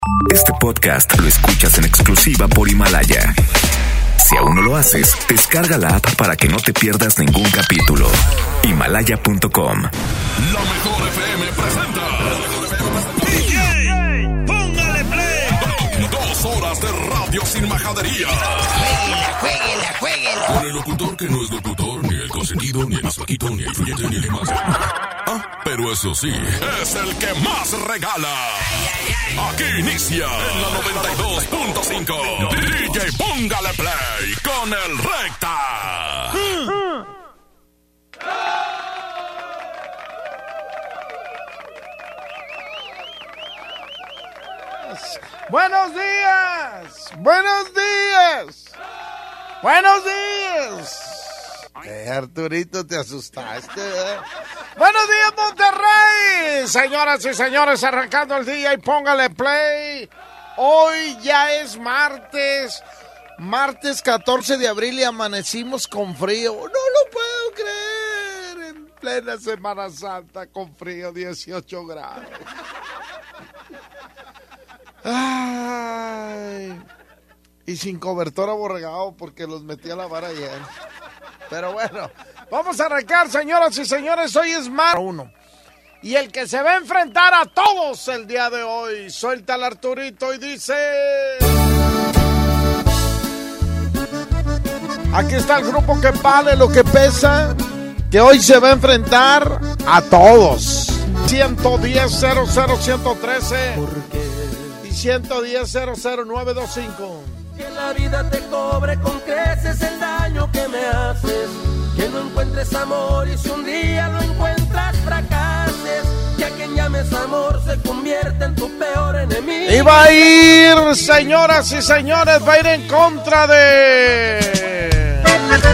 Este podcast lo escuchas en exclusiva por Himalaya. Si aún no lo haces, descarga la app para que no te pierdas ningún capítulo. Himalaya.com. La Mejor FM presenta DJ, póngale play. 2 horas de radio sin majadería. Jueguela. Con el locutor que no es locutor, ni el consentido, ni el más flaquito, ni el fluyente, ni el que más. Pero eso sí, es el que más regala. Aquí inicia en la 92.5. DJ, póngale play con el Recta. Buenos días. Arturito, te asustaste, ¿eh? Buenos días, Monterrey. Señoras y señores, arrancando el día y póngale play. Hoy ya es martes 14 de abril y amanecimos con frío. No lo puedo creer. En plena Semana Santa con frío, 18 grados. Ay, y sin cobertor aborregado porque los metí a lavar ayer. Pero bueno, vamos a arrancar, señoras y señores. Hoy es martes 1. Y el que se va a enfrentar a todos el día de hoy, suelta al Arturito y dice... Aquí está el grupo que vale lo que pesa, que hoy se va a enfrentar a todos. 110-00-113 y 110-00-925. Que la vida te cobre con creces el daño que me haces. Que no encuentres amor y si un día lo encuentras fracases. Que a quien llames amor se convierte en tu peor enemigo. Y va a ir, señoras y señores, va a ir en contra de...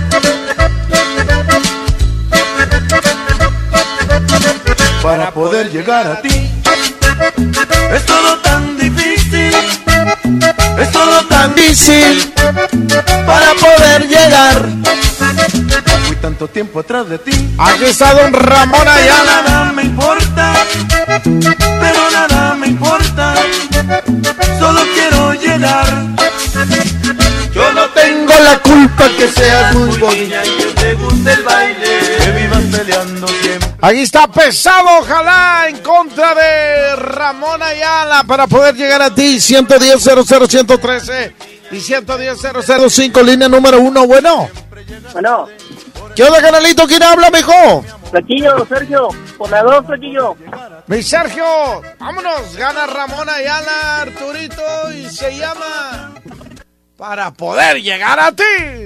Para poder llegar a ti es todo tan difícil. Es todo tan difícil para poder llegar. Fui tanto tiempo atrás de ti. Aquí está don Ramón Ayala. Nada me importa, pero nada me importa. Solo quiero llegar. Yo no tengo la culpa que seas muy bonita y que te guste el baile, que vivas peleando siempre. Aquí está pesado, ojalá, en contra de Ramón Ayala para poder llegar a ti. 110-00-113 y 110-005, línea número 1. Bueno. ¿Qué onda, canalito? ¿Quién habla, mijo? Flaquillo, Sergio, por la 2, Flaquillo. Mi Sergio, vámonos, gana Ramón Ayala, Arturito, y se llama Para poder llegar a ti.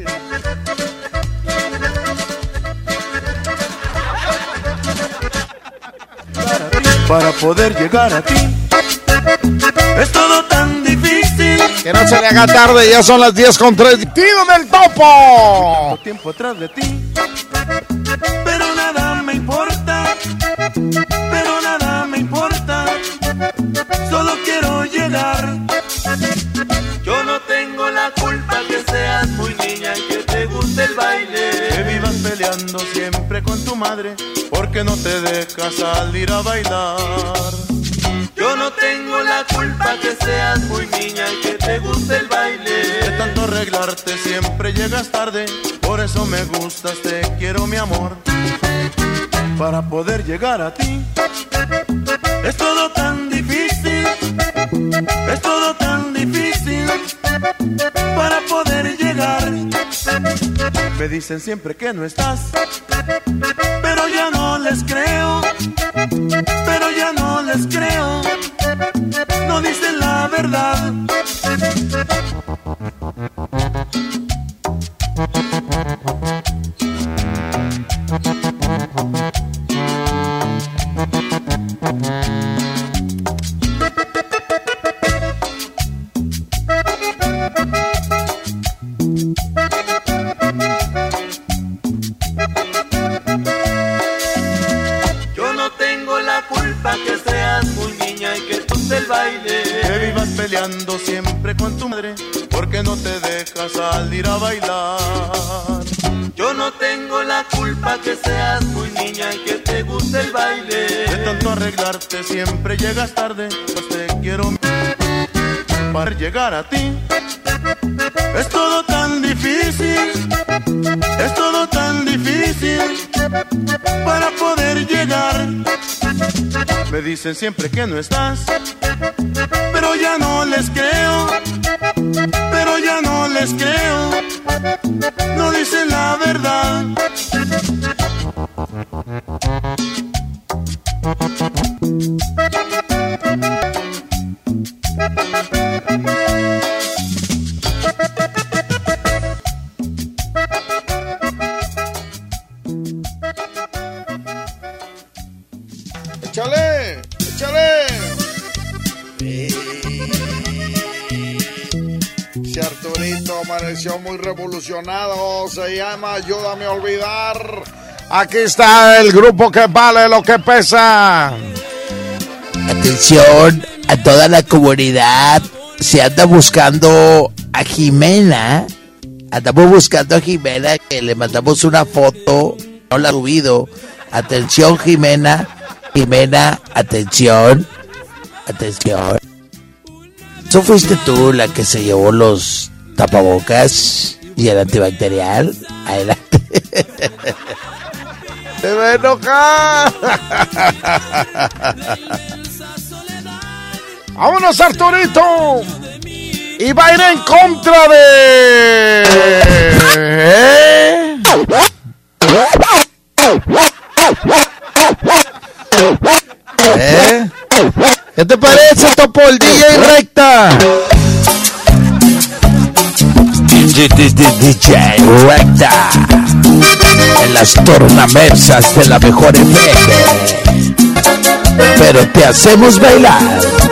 Para poder llegar a ti es todo tan difícil. Que no se le haga tarde, ya son las 10:03. ¡Tío del topo! Tiempo atrás de ti, pero nada me importa, pero nada me importa. Solo quiero llegar. Yo no tengo la culpa que seas muy niña y que te guste el baile, que vivas peleando siempre con tu madre porque no te dejas salir a bailar. Yo no tengo la culpa que seas muy niña y que te guste el baile, de tanto arreglarte siempre llegas tarde. Por eso me gustas, te quiero mi amor. Para poder llegar a ti es todo tan difícil. Es todo tan difícil para poder llegar. Me dicen siempre que no estás, pero ya no les creo. Pero ya no les creo. No dicen la verdad. Yo no tengo la culpa que seas muy niña y que tú el baile, que vivas peleando siempre con tu madre porque no te dejas salir a bailar. Yo no tengo la culpa que seas muy niña y que te guste el baile, de tanto arreglarte siempre llegas tarde. Pues te quiero. para llegar a ti. Es todo tan difícil, es todo tan difícil para poder llegar. Me dicen siempre que no estás, pero ya no les creo, pero ya no les creo, no dicen la verdad. Échale, échale. Si Arturito amaneció muy revolucionado, se llama Ayúdame a olvidar. Aquí está el grupo que vale lo que pesa. Atención a toda la comunidad. Se anda buscando a Jimena. Andamos buscando a Jimena, que le mandamos una foto. No la ha subido. Atención, Jimena. Jimena, atención. Atención. ¿Eso fuiste tú la que se llevó los tapabocas y el antibacterial? Adelante. ¡Te va a enojar! ¡Vámonos, Arturito! Y va a ir en contra de... ¿Qué te parece, Topo, el DJ Recta? DJ Recta en las tornamesas de la mejor FM, pero te hacemos bailar,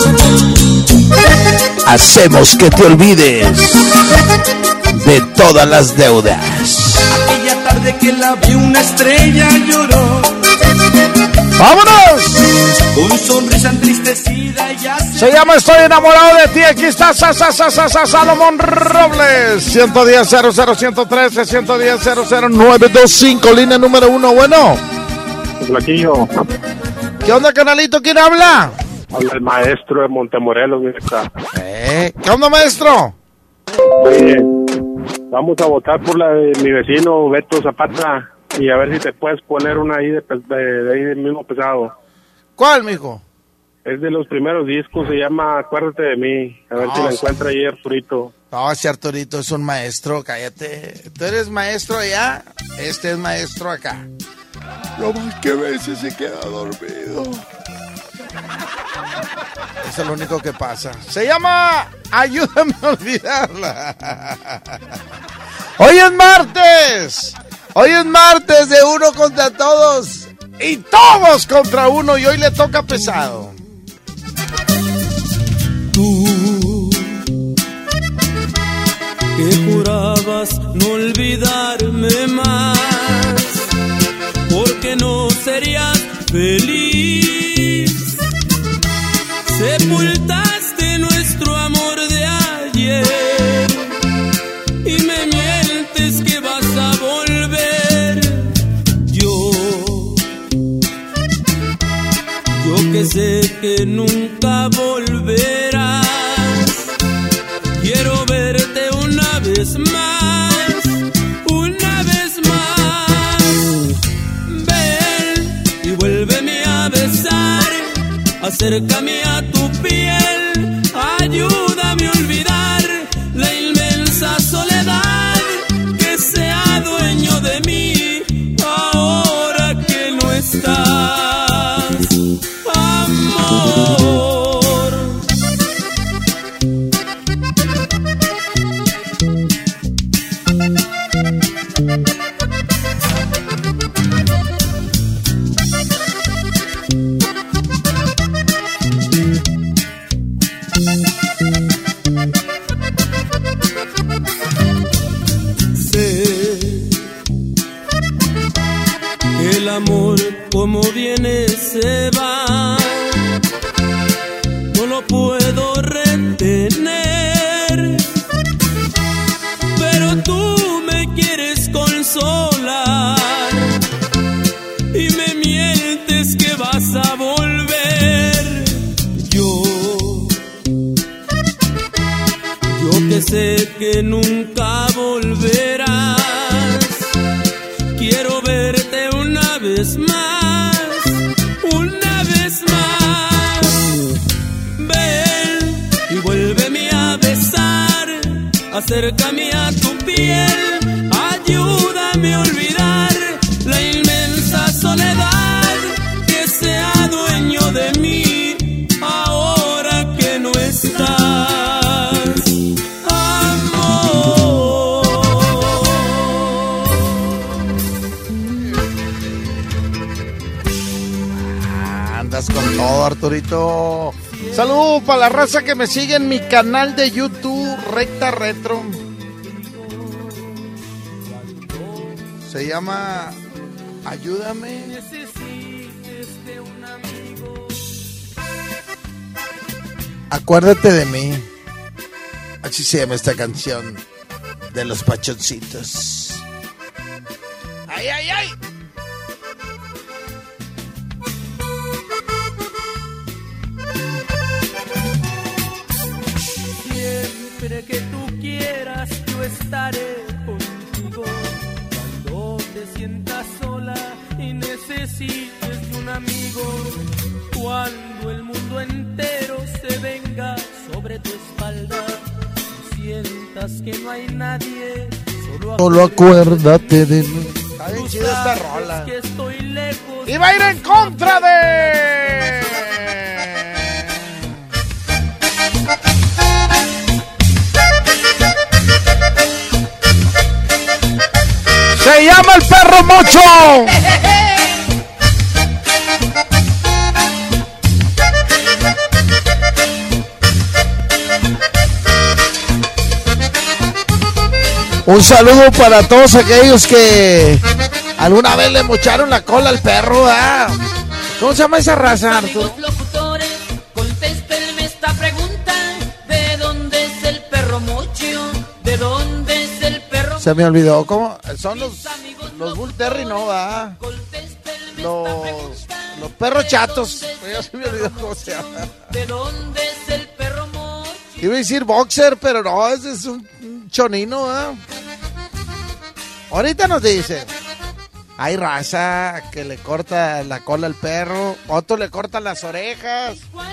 hacemos que te olvides de todas las deudas. Aquella tarde que la vi una estrella lloró. ¡Vámonos! Con sonrisa entristecida ya se llama Estoy enamorado de ti. Aquí está Salomón Robles. 110-00-113, 110-00-925, línea número 1. Bueno. Flaquillo. ¿Qué onda, canalito? ¿Quién habla? Habla el maestro de Montemorelos, mi hija. ¿Qué onda, maestro? Oye, vamos a votar por la de mi vecino Beto Zapata. Y a ver si te puedes poner una ahí de ahí del mismo pesado. ¿Cuál, mijo? Es de los primeros discos, se llama Acuérdate de mí. A ver si la encuentra ahí Arturito. No, ese Arturito es un maestro, cállate. Tú eres maestro allá, este es maestro acá. No más que a veces se queda dormido. Eso es lo único que pasa. Se llama Ayúdame a olvidarla. Hoy es martes. Hoy es martes de uno contra todos y todos contra uno, y hoy le toca pesado. Tú que jurabas no olvidarme más, porque no serías feliz. Sepultaste nuestro amor de ayer y me mientes que vas a volver. Yo que sé que nunca volverás, quiero verte una vez más, una vez más. Ven y vuélveme a besar, acércame a tu piel, ayúdame a olvidar la inmensa soledad, que sea dueño de mí ahora que no estás. Como viene se va, no lo puedo retener, pero tú me quieres consolar y me mientes que vas a volver. Yo aunque sé que nunca volverás. Quiero verte una vez más, una vez más. Ven y vuélveme a besar, acércame a tu piel, ayúdame a olvidar la inmensa soledad que sea dueño de mí ahora que no estás. Con todo, Arturito. Saludos para la raza que me sigue en mi canal de YouTube, Recta Retro. Se llama Ayúdame. Acuérdate de mí. Así se llama esta canción de los Pachoncitos. ¡Ay, ay, ay! Siempre que tú quieras, yo estaré contigo. Cuando te sientas sola y necesites de un amigo. Cuando el mundo entero se venga sobre tu espalda y sientas que no hay nadie, solo acuérdate de mí. Está bien chida esta rola. Que estoy lejos. Y va a ir en contra de... Se llama el perro mocho. Un saludo para todos aquellos que alguna vez le mocharon la cola al perro, ¿eh? ¿Cómo se llama esa raza, Arturo? Locutores, contéstenme esta pregunta. ¿De dónde es el perro mocho? ¿De dónde es el perro? Se me olvidó, ¿cómo? Son los Bull Terry, ¿no? ¿Va? Los perros chatos. Ya se me olvidó cómo se llama. ¿De dónde es el perro mocho? Iba a decir boxer, pero no, ese es un chonino, ¿eh? Ahorita nos dice. Hay raza que le corta la cola al perro, otros le cortan las orejas.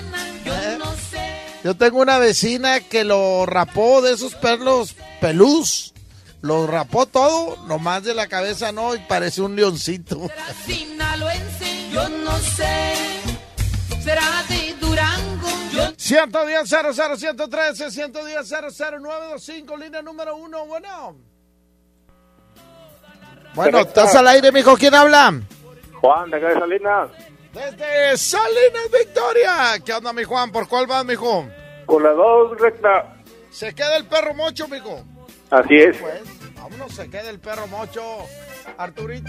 Yo tengo una vecina que lo rapó de esos perros peludos. Lo rapó todo, nomás de la cabeza no, y parece un leoncito. Yo no sé, será de Durango. 110 00 113 110 00 925, línea número 1, bueno. Bueno, estás al aire, mijo, ¿quién habla? Juan, de acá de Salinas. Desde Salinas, Victoria. ¿Qué onda, mi Juan? ¿Por cuál vas, mijo? Con la 2, recta. Se queda el perro mocho, mijo. Así es. Pues, vámonos, se queda el perro mocho. Arturito.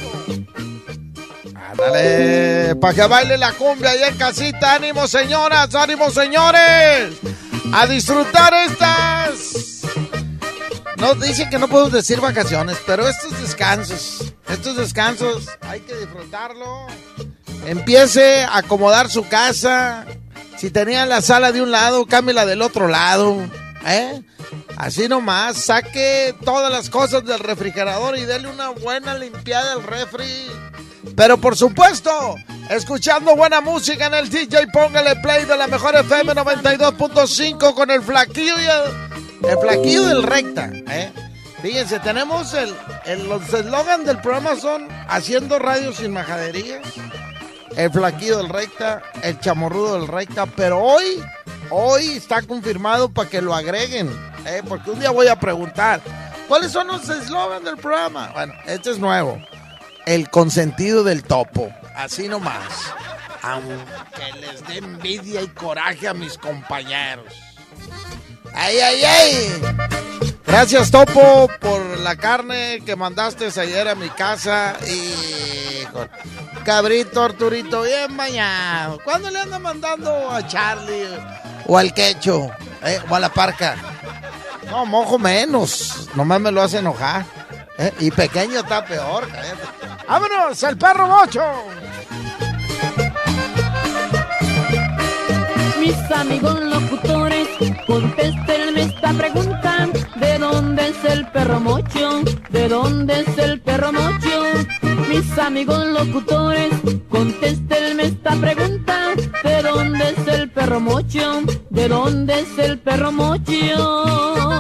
Ándale, para que baile la cumbia ahí en casita. Ánimo, señoras, ánimo, señores. A disfrutar estas... No, dicen que no podemos decir vacaciones, pero estos descansos hay que disfrutarlo. Empiece a acomodar su casa. Si tenía la sala de un lado, cámbiala del otro lado, ¿eh? Así nomás, saque todas las cosas del refrigerador y dele una buena limpiada al refri. Pero por supuesto, escuchando buena música en el DJ, póngale play de la mejor FM 92.5 con el flaquillo y el flaquillo del Recta, ¿eh? Fíjense, tenemos los eslogan del programa son haciendo radio sin majaderías, el flaquillo del Recta, el chamorrudo del Recta, pero hoy está confirmado para que lo agreguen, porque un día voy a preguntar, ¿cuáles son los eslogan del programa? Bueno, este es nuevo, el consentido del topo, así nomás, aunque les dé envidia y coraje a mis compañeros. ¡Ay, ay, ay! Gracias, Topo, por la carne que mandaste ayer a mi casa. Y cabrito, Arturito, bien bañado. ¿Cuándo le andan mandando a Charlie o al Quecho? O a la Parca. No, mojo menos. Nomás me lo hace enojar. Y pequeño está peor. ¡Vámonos, el perro mocho! Mis amigos locutores, Contéstenme esta pregunta, ¿de dónde es el perro mocho? ¿De dónde es el perro mocho? Mis amigos locutores, contéstenme esta pregunta, ¿de dónde es el perro mocho? ¿De dónde es el perro mocho?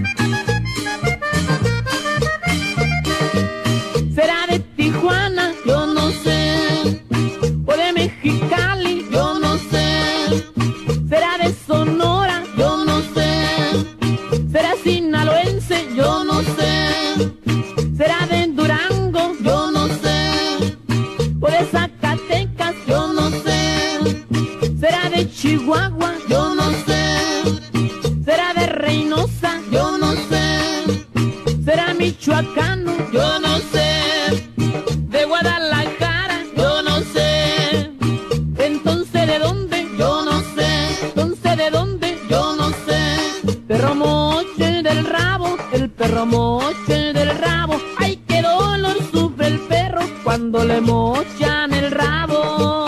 ¿Será de Tijuana? Yo no sé. ¿O de Mexicali? Yo no sé. ¿Será de Sonora? Yo no sé. ¿Será sinaloense? Yo no sé. ¿Será de Durango? Yo no sé. ¿O de Zacatecas? Yo no sé. ¿Será de Chihuahua? Yo no sé. ¿Será de Reynosa? Yo no sé. ¿Será michoacano? Yo no sé. De Guadalajara, yo no sé. Entonces, ¿de dónde? Yo no sé. Entonces, ¿de dónde? Yo no sé. Perro moche del rabo, el perro moche del rabo. Ay, qué dolor sufre el perro cuando le mochan el rabo.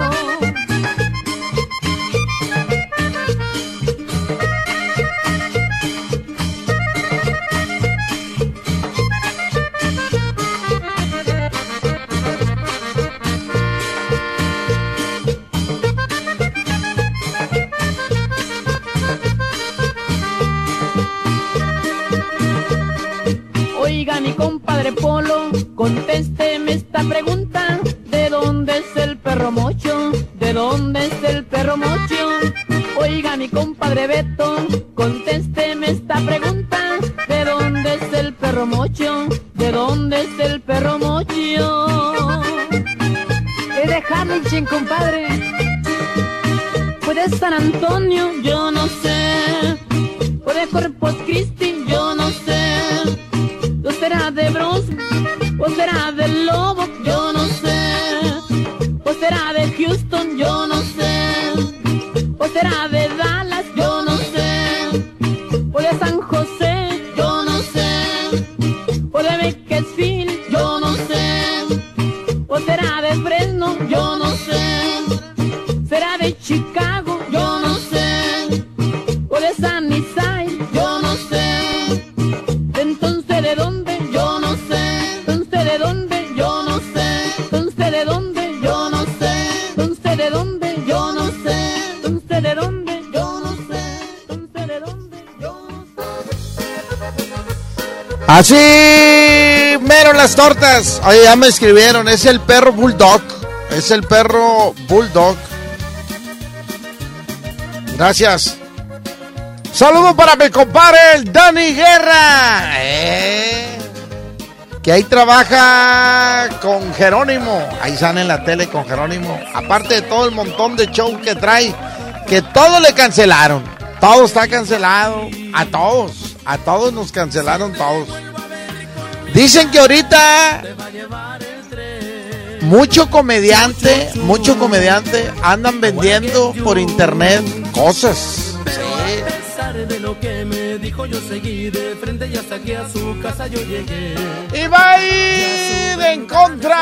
Oiga, mi compadre Polo, contésteme esta pregunta, ¿de dónde es el perro mocho? ¿De dónde es el perro mocho? Oiga, mi compadre Beto, contésteme esta pregunta, ¿de dónde es el perro mocho? ¿De dónde es el perro mocho? Es de Hamilton, compadre. ¿Fue de San Antonio? Yo no sé. ¿Fue de Corpus Christi? Yo no sé. ¿O será de Bronx? ¿O será del Lobo? Yo no sé. ¿O será de Houston? Yo no sé. ¿O será de Dallas? Yo no sé. ¿O de San José? Yo no sé. ¿O de Bakersfield? Yo no sé. ¿O será de Fresno? Yo no sé. ¿Será de Chicago? Yo no sé. ¿O de Sunnyside? Yo no sé. Entonces, ¿de dónde? Yo no sé. Entonces, ¿de dónde? Yo no sé. Entonces, ¿de dónde? Yo no sé. Entonces, ¿de dónde? Yo no sé. Entonces, ¿de dónde? Yo no sé. Entonces, ¿de dónde? Yo no sé. Así mero las tortas. Oye, ya me escribieron, es el perro Bulldog. Es el perro Bulldog. Gracias. Saludo para mi compadre, el Dani Guerra. Que ahí trabaja con Jerónimo. Ahí sale en la tele con Jerónimo. Aparte de todo el montón de show que trae, que todo le cancelaron. Todo está cancelado. A todos nos cancelaron todos. Dicen que ahorita mucho comediante andan vendiendo por internet cosas. De lo que me dijo yo seguí de frente y hasta que a su casa yo llegué. Y va a ir en contra.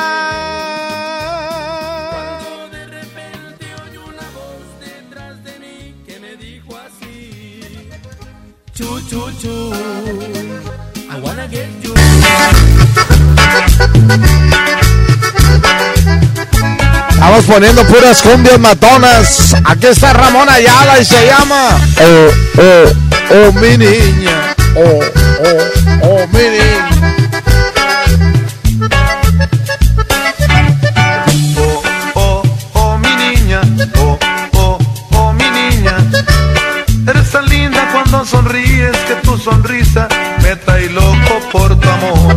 Cuando de repente oí una voz detrás de mí que me dijo así: Chu, chu, chu, I wanna get you. Estamos poniendo puras cumbias matonas. Aquí está Ramón Ayala y se llama Oh mi niña. Oh mi niña. Oh mi niña. Oh mi niña. Eres tan linda cuando sonríes que tu sonrisa me trae loco por tu amor.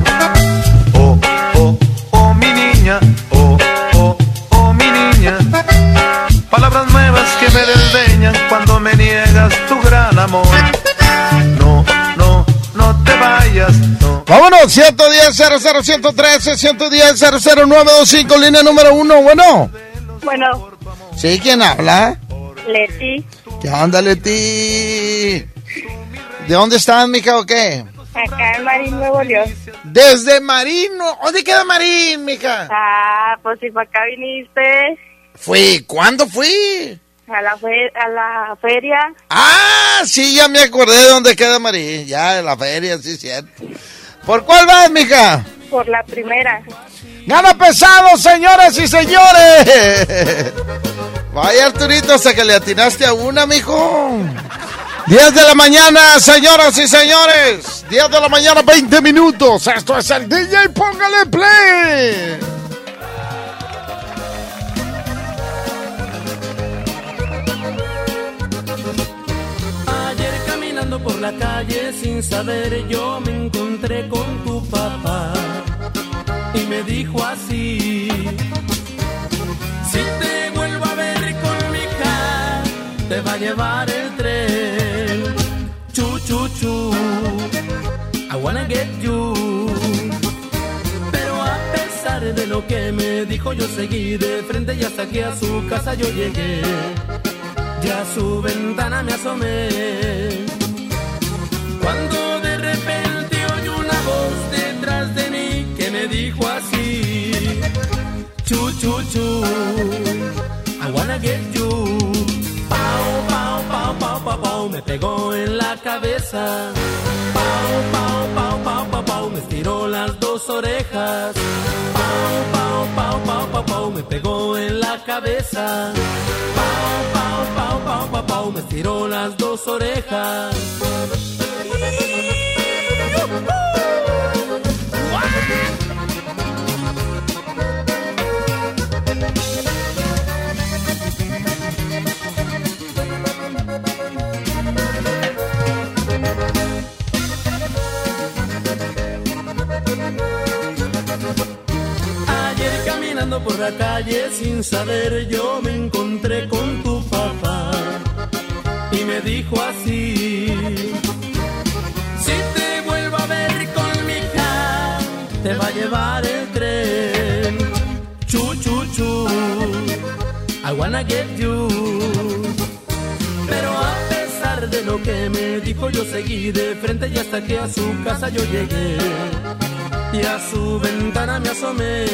Oh mi niña. Oh mi niña. Palabras nuevas que me desdeñan cuando me niegas tu gran amor. No te vayas, no. Vámonos, 110-00-113, 110-00925, línea número 1, bueno. Bueno. ¿Sí? ¿Quién habla? Leti. ¿Qué onda, Leti? ¿De dónde estás, mija, o qué? Acá en Marín, Nuevo León. Desde Marín, ¿dónde queda Marín, mija? Pues si para acá viniste. ¿Cuándo fui? A la feria. Ah, sí, ya me acordé de dónde queda María. Ya, en la feria, sí, cierto. ¿Por cuál vas, mija? Por la primera. ¡Gana pesado, señoras y señores! Vaya, Arturito, hasta que le atinaste a una, mijo. 10 de la mañana, señoras y señores. 10 de la mañana, 20 minutos. Esto es el DJ, póngale play. Ayer caminando por la calle sin saber yo me encontré con tu papá y me dijo así: si te vuelvo a ver con mi hija, te va a llevar el tren. Chu, chu, chu, I wanna get you. Pero a pesar de lo que me dijo, yo seguí de frente y hasta que a su casa yo llegué. Y a su ventana me asomé, cuando de repente oí una voz detrás de mí que me dijo así: chu, chu, chu, I wanna get you. Pau, pau, pau, pau, pau, pau, me pegó en la cabeza. Pau, pau, pau, pau, pau, pau, me estiró las dos orejas. Pau, pau, pau, pau, pau, pau, me pegó en la cabeza. Pau, pau, pau, pau, pau, pau, me estiró las dos orejas. Ayer caminando por la calle sin saber yo me encontré con tu papá y me dijo así: si te vuelvo a ver con mi hija, te va a llevar el tren. Chu, chu, chu, I wanna get you. Pero a pesar de lo que me dijo, yo seguí de frente y hasta que a su casa yo llegué. Y a su ventana me asomé,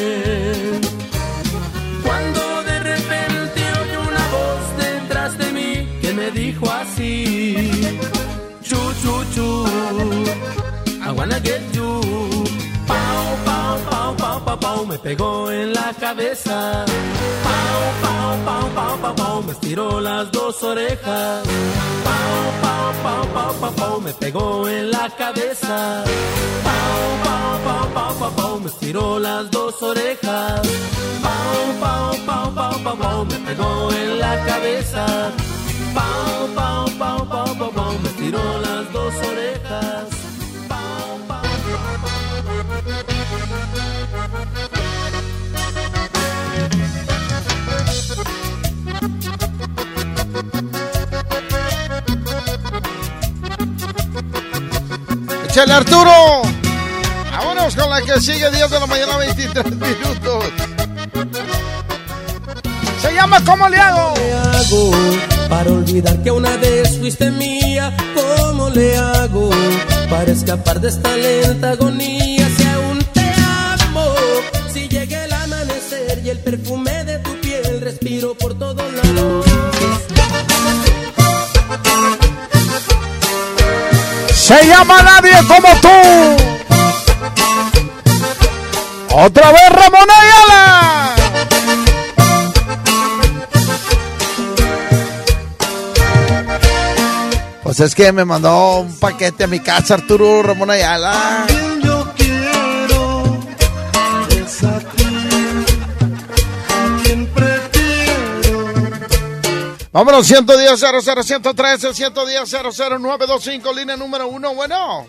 cuando de repente oí una voz detrás de mí que me dijo así: chu, chu, chu, I wanna get you. Pau, pau, pau, pau, pau, pau, me pegó en la cabeza. Pau, pau, pau, pau, pau, pau, me estiró las dos orejas. Pau, pau, pau, pau, pau, pau, me pegó en la cabeza. Pau, pau, pau, pau, pau, pau, me estiró las dos orejas. Pau, pau, pau, pau, pau, pau, me pegó en la cabeza. Pau, pau, pau, pau, pau, pau, me estiró las dos orejas. Pau, pau, pau, pau. ¡Échale, Arturo! Vámonos con la que sigue, 10 de la mañana, 23 minutos. Se llama ¿Cómo le hago? ¿Cómo le hago para olvidar que una vez fuiste mía? ¿Cómo le hago para escapar de esta lenta agonía? Si aún te amo, si llega el amanecer y el perfume de tu piel respiro por todos lados. Se llama Nadie Como Tú. Otra vez Ramón Ayala. Pues es que me mandó un paquete a mi casa Arturo Ramón Ayala. Yo quiero es a ti, a quien prefiero. Vámonos, 110-00-113, 110-00-925, línea número 1, bueno.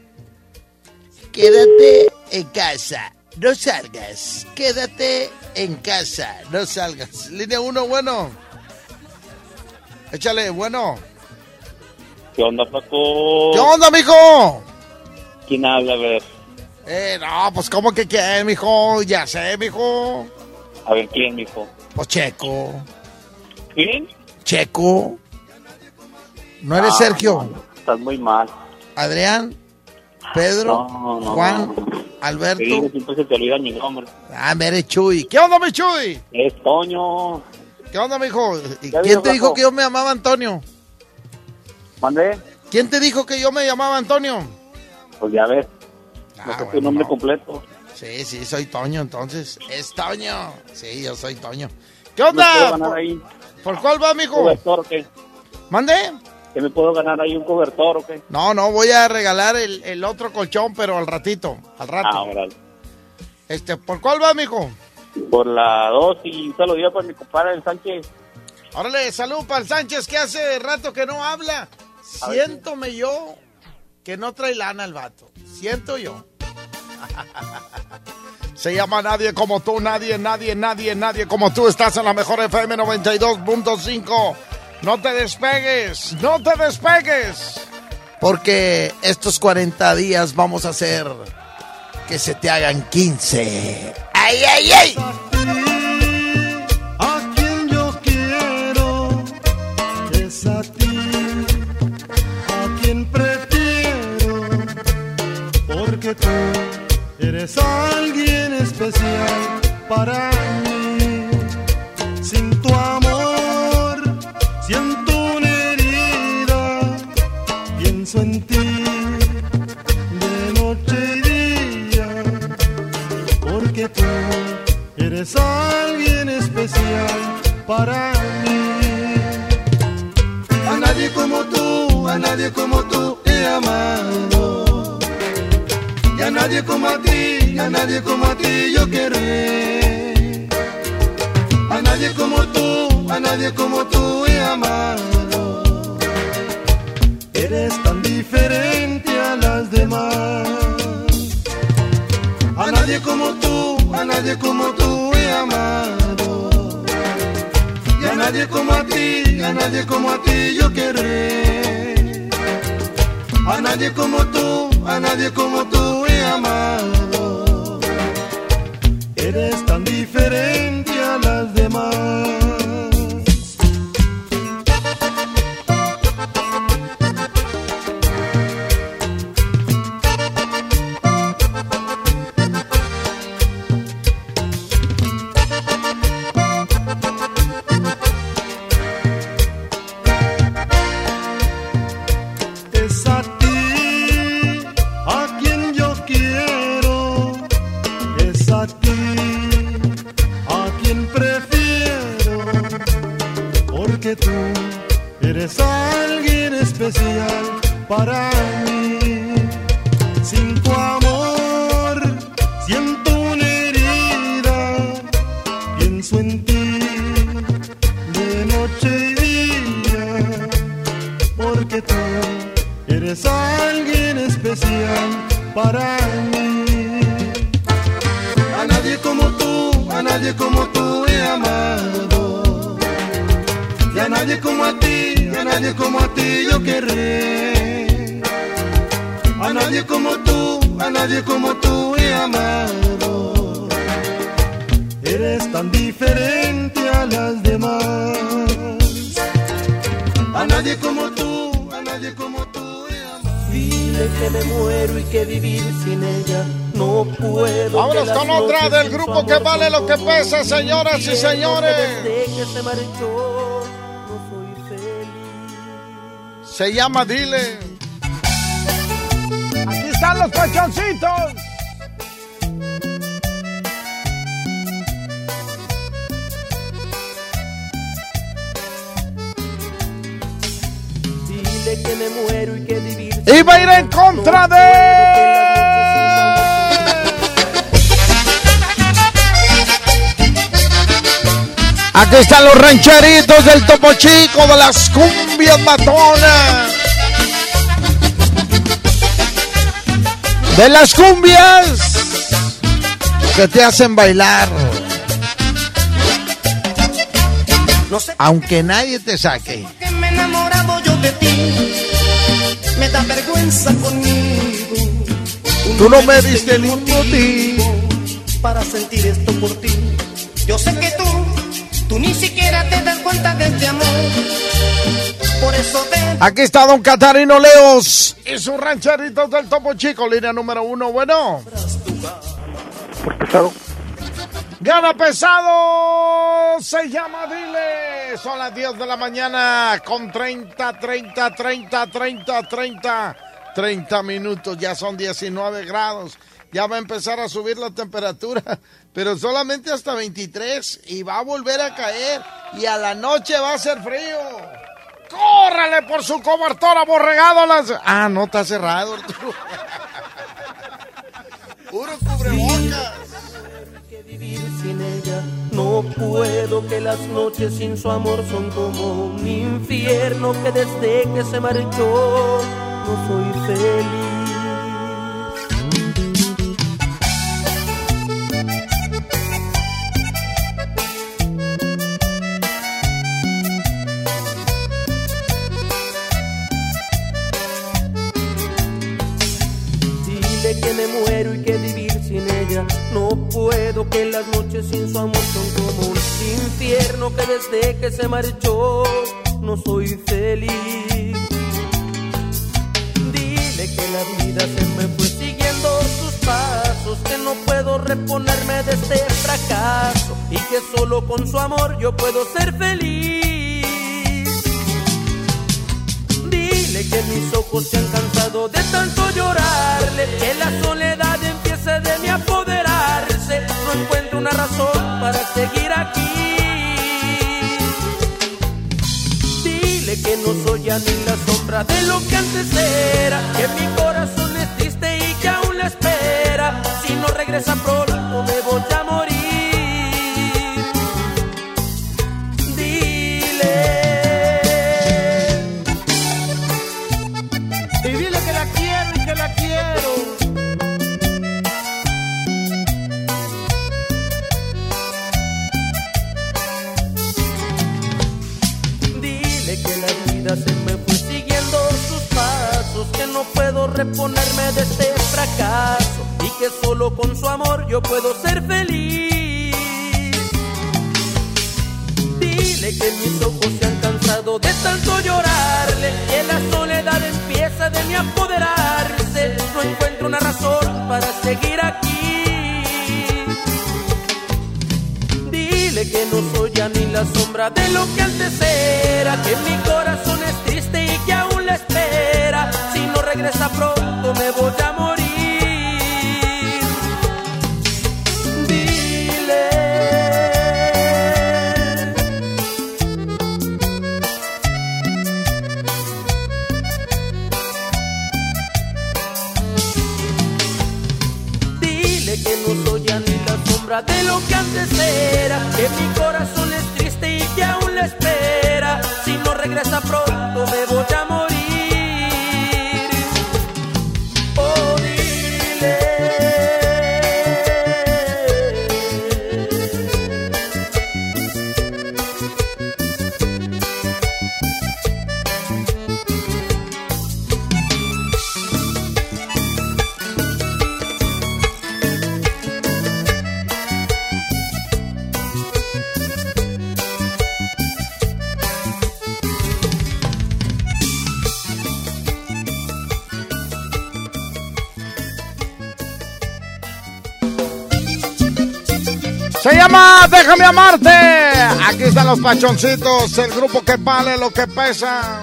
Quédate en casa, no salgas. Quédate en casa, no salgas. Línea 1, bueno. Échale, bueno. ¿Qué onda, Paco? ¿Qué onda, mijo? ¿Quién habla, a ver? No, pues, ¿cómo que quién, mijo? Ya sé, mijo. A ver, ¿quién, mijo? Pues Checo. ¿Quién? Checo. ¿No eres Sergio? No, estás muy mal. Adrián, Pedro, Juan, Alberto. Sí, siempre se te olvida mi nombre. Ah, me eres Chuy. ¿Qué onda, mi Chuy? Es Toño. ¿Qué onda, mijo? ¿Quién te dijo que yo me llamaba Antonio? ¿Mandé? ¿Quién te dijo que yo me llamaba Antonio? Pues ya ves. No sé tu nombre completo. Sí, soy Toño, entonces. Es Toño. Sí, yo soy Toño. ¿Qué ¿Me onda? puedo ganar ahí? ¿Por cuál va, mijo? ¿Un cobertor o qué? ¿Mande? ¿Que me puedo ganar ahí un cobertor o qué? No, voy a regalar el otro colchón, pero al rato. Órale. ¿Por cuál va, mijo? Por la 2 y un saludo para mi compadre el Sánchez. Órale, salud para el Sánchez, que hace rato que no habla. Siéntome yo que no trae lana el vato. Siento yo. Se llama Nadie Como Tú, nadie como tú. Estás en la mejor FM 92.5. No te despegues. Porque estos 40 días vamos a hacer que se te hagan 15. ¡Ay! A quien yo quiero es a ti, a quien prefiero, porque tú eres alguien especial para mí. Sin tu amor siento una herida, pienso en ti de noche y día, porque tú eres alguien especial para mí. A nadie como tú he amado. Y a nadie como a ti yo querré. A nadie como tú he amado. Eres tan diferente a las demás. A nadie como tú he amado. Y a nadie como a ti yo querré. A nadie como tú he amado. Eres tan diferente a las demás. Tú eres alguien especial para mí. Sin tu amor siento una herida, pienso en ti de noche y día, porque tú eres alguien especial para mí. A nadie como tú he amado. Y a nadie como a ti yo querré. A nadie como tú he amado. Eres tan diferente a las demás. A nadie como tú he amado. Dile que me muero y que vivir sin ella no puedo. Vámonos con otra del grupo que vale lo que pesa, señoras y señores. Desde que se marchó. Se llama Dile. Aquí están los colchoncitos. Dile que me muero y que vivir. Iba a ir en contra de. Aquí están los rancheritos del Topo Chico, de las cumbias matonas. De las cumbias que te hacen bailar. No sé. Aunque nadie te saque. Que me he enamorado yo de ti. Me da vergüenza conmigo. Tú no me diste ningún motivo para sentir esto por ti. Yo sé que tú ni siquiera te das cuenta de este amor. Por eso ven. Aquí está don Catarino Leos y sus rancheritos del Topo Chico, línea número 1, bueno. Por pesado. Gana pesado, se llama Dile. Son las 10 de la mañana con 30 minutos. Ya son 19 grados. Ya va a empezar a subir la temperatura, pero solamente hasta 23 y va a volver a caer y a la noche va a ser frío. ¡Córrale por su cobertor aborregado! Ah, no, está cerrado, Arturo. Puro cubrebocas. Que vivir sin ella, no puedo, que las noches sin su amor son como un infierno, que desde que se marchó no soy feliz. Que me muero y que vivir sin ella no puedo, que las noches sin su amor son como un infierno, que desde que se marchó no soy feliz. Dile que la vida se me fue siguiendo sus pasos, que no puedo reponerme de este fracaso y que solo con su amor yo puedo ser feliz. Dile que mis ojos se han cansado de tanto llorarle, que la soledad empiece de mí a apoderarse. No encuentro una razón para seguir aquí. Dile que no soy ya ni la sombra de lo que antes era, que mi corazón es triste y que aún la espera. Si no regresa pronto me voy a morir. Se me fue siguiendo sus pasos, que no puedo reponerme de este fracaso y que solo con su amor yo puedo ser feliz. Dile que mis ojos se han cansado de tanto llorarle, que la soledad empieza de mí a apoderarse. No encuentro una razón para seguir aquí. Dile que no soy ya ni la sombra de lo que antes era, que mi corazón es triste y que aún la espera. Si no regresa pronto me voy a morir. Dile que no soy ya ni la sombra de lo que antes era, que mi corazón es triste y que aún la espera. Si no regresa pronto me voy a morir. Oh, dile. Se llama Déjame Amarte. Aquí están los pachoncitos, el grupo que vale lo que pesa.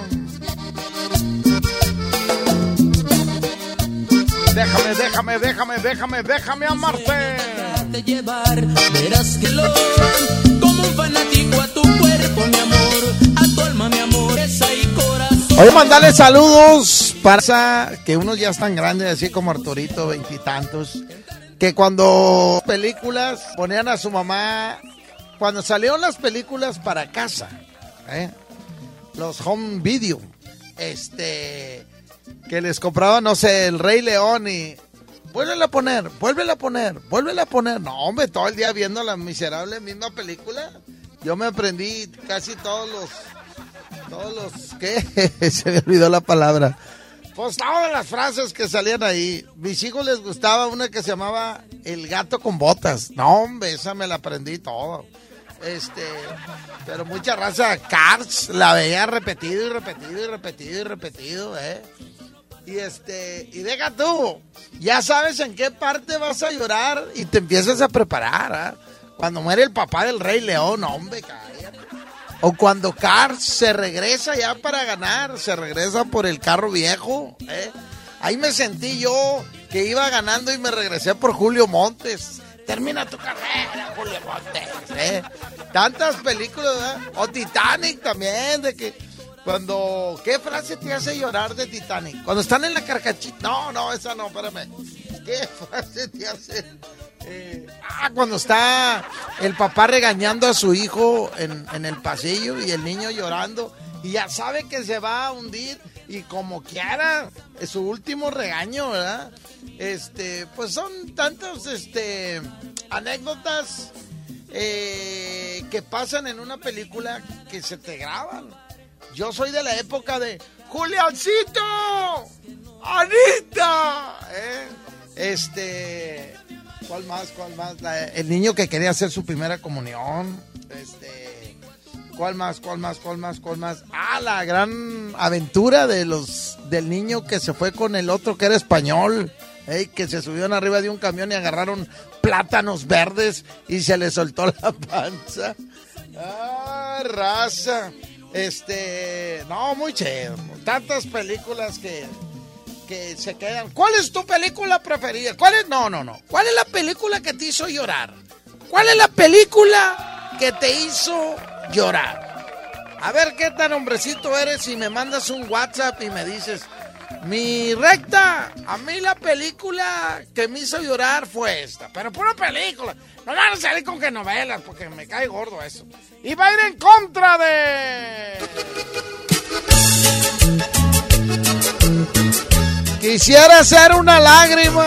Déjame amarte. Déjate llevar, verás que lo como un fanático a tu cuerpo, mi amor, a tu alma, mi amor, esa y corazón. Oye, mandale saludos para que unos ya están grandes, así como Arturito, 20 y tantos. Que cuando películas ponían a su mamá, cuando salieron las películas para casa, los home video, que les compraban, no sé, El Rey León y vuélvela a poner. No, hombre, todo el día viendo la miserable misma película. Yo me aprendí casi todos los, ¿qué? Se me olvidó la palabra. Pues todas las frases que salían ahí. Mis hijos les gustaba una que se llamaba El Gato con Botas. No, hombre, esa me la aprendí todo. Pero mucha raza. Cars la veía repetido, y deja tú, ya sabes en qué parte vas a llorar y te empiezas a preparar, Cuando muere el papá del Rey León, hombre, cállate. O cuando Cars se regresa ya para ganar, se regresa por el carro viejo, Ahí me sentí yo que iba ganando y me regresé por Julio Montes. Termina tu carrera, Julio Montes, Tantas películas, ¿verdad? O Titanic también, de que cuando... ¿Qué frase te hace llorar de Titanic? Cuando están en la carcachita... No, esa no, espérame. ¿Qué frase te hace...? Cuando está el papá regañando a su hijo en el pasillo y el niño llorando y ya sabe que se va a hundir y como quiera, es su último regaño, ¿verdad? Pues son tantos anécdotas que pasan en una película que se te graban. Yo soy de la época de Juliancito, Anita, ¿Cuál más? El niño que quería hacer su primera comunión. ¿Cuál más? La gran aventura del niño que se fue con el otro que era español. Que se subieron arriba de un camión y agarraron plátanos verdes y se le soltó la panza. Raza. No, muy chido. Tantas películas que se quedan. ¿Cuál es tu película preferida? No. ¿Cuál es la película que te hizo llorar? ¿Cuál es la película que te hizo llorar? A ver qué tan hombrecito eres si me mandas un WhatsApp y me dices, mi recta, a mí la película que me hizo llorar fue esta. Pero pura película. No van a salir con que novelas, porque me cae gordo eso. Y va a ir en contra de... Quisiera ser una lágrima.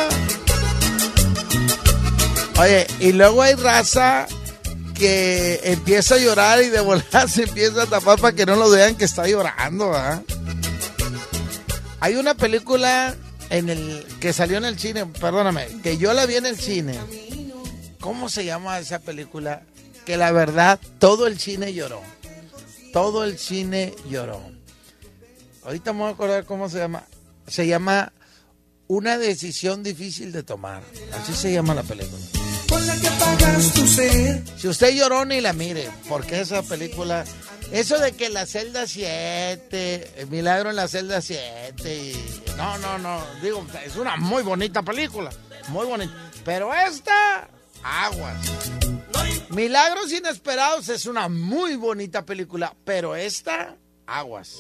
Oye, y luego hay raza que empieza a llorar y de volada se empieza a tapar para que no lo vean que está llorando, ¿verdad? Hay una película que salió en el cine, perdóname, que yo la vi en el cine. ¿Cómo se llama esa película? Que la verdad, todo el cine lloró. Todo el cine lloró. Ahorita me voy a acordar cómo se llama. Se llama Una decisión difícil de tomar. Así se llama la película. Con la que pagas tu sed. Si usted lloró, ni la mire, porque esa película... Eso de que la celda 7, el milagro en la celda 7... Y... No. Digo, es una muy bonita película. Muy bonita. Pero esta, aguas. Milagros Inesperados es una muy bonita película. Pero esta, aguas.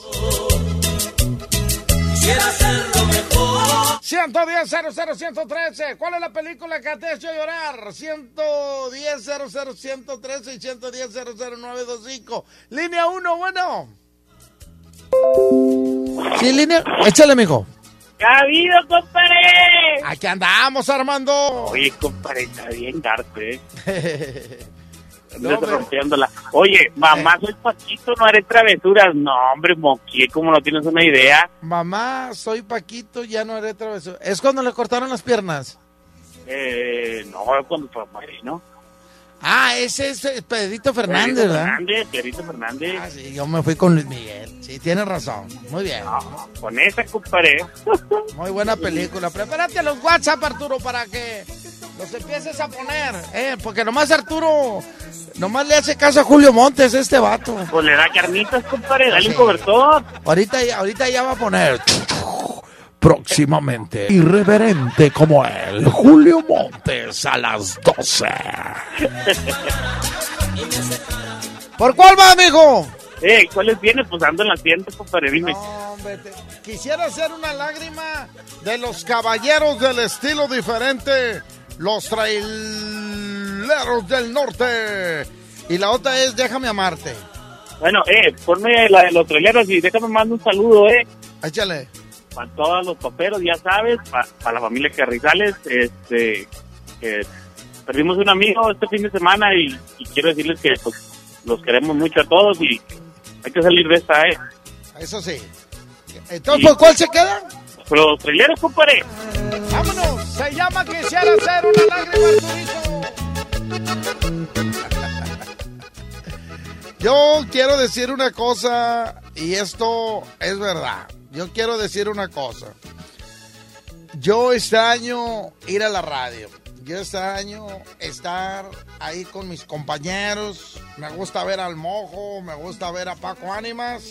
Quisiera hacerlo mejor. 110-00-113. ¿Cuál es la película que te ha hecho llorar? 110-00-113 y 110-00-925. Línea 1, bueno. Sí, línea. Échale, mijo. ¿Qué ha habido, compadre? Aquí andamos, Armando. Oye, compadre, está bien harto, rompiéndola. Oye, mamá, soy Paquito, no haré travesuras. No, hombre, moqué, como no tienes una idea. Mamá, soy Paquito, ya no haré travesuras. ¿Es cuando le cortaron las piernas? No, cuando fue ¿no? Ese es Pedrito Fernández, ¿verdad? Pedrito Fernández. Sí, yo me fui con Luis Miguel. Sí, tienes razón. Muy bien. No, con esa, compadre. Muy buena película. Prepárate los WhatsApp, Arturo, para que los empieces a poner. Porque nomás Arturo, nomás le hace caso a Julio Montes, este vato. Pues le da carnitas, compadre, dale un cobertor. Ahorita ya va a poner... Próximamente, irreverente como él, Julio Montes a las 12. ¿Por cuál va, amigo? ¿Cuáles viene? Pues ando en la tienda, compadre, dime. No, hombre, quisiera hacer una lágrima de los caballeros del estilo diferente, los traileros del norte. Y la otra es Déjame amarte. Bueno, ponme la de los traileros y déjame mandar un saludo, Échale. Para todos los paperos, ya sabes, para la familia Carrizales, perdimos un amigo este fin de semana y quiero decirles que pues, los queremos mucho a todos y hay que salir de esta, Eso sí. Entonces, ¿por cuál se queda? Los traileros, compadre. Vámonos, se llama Quisiera hacer una lágrima, Arturito. Yo quiero decir una cosa y esto es verdad. Yo quiero decir una cosa. Yo extraño ir a la radio. Yo extraño estar ahí con mis compañeros. Me gusta ver al Mojo, me gusta ver a Paco Ánimas.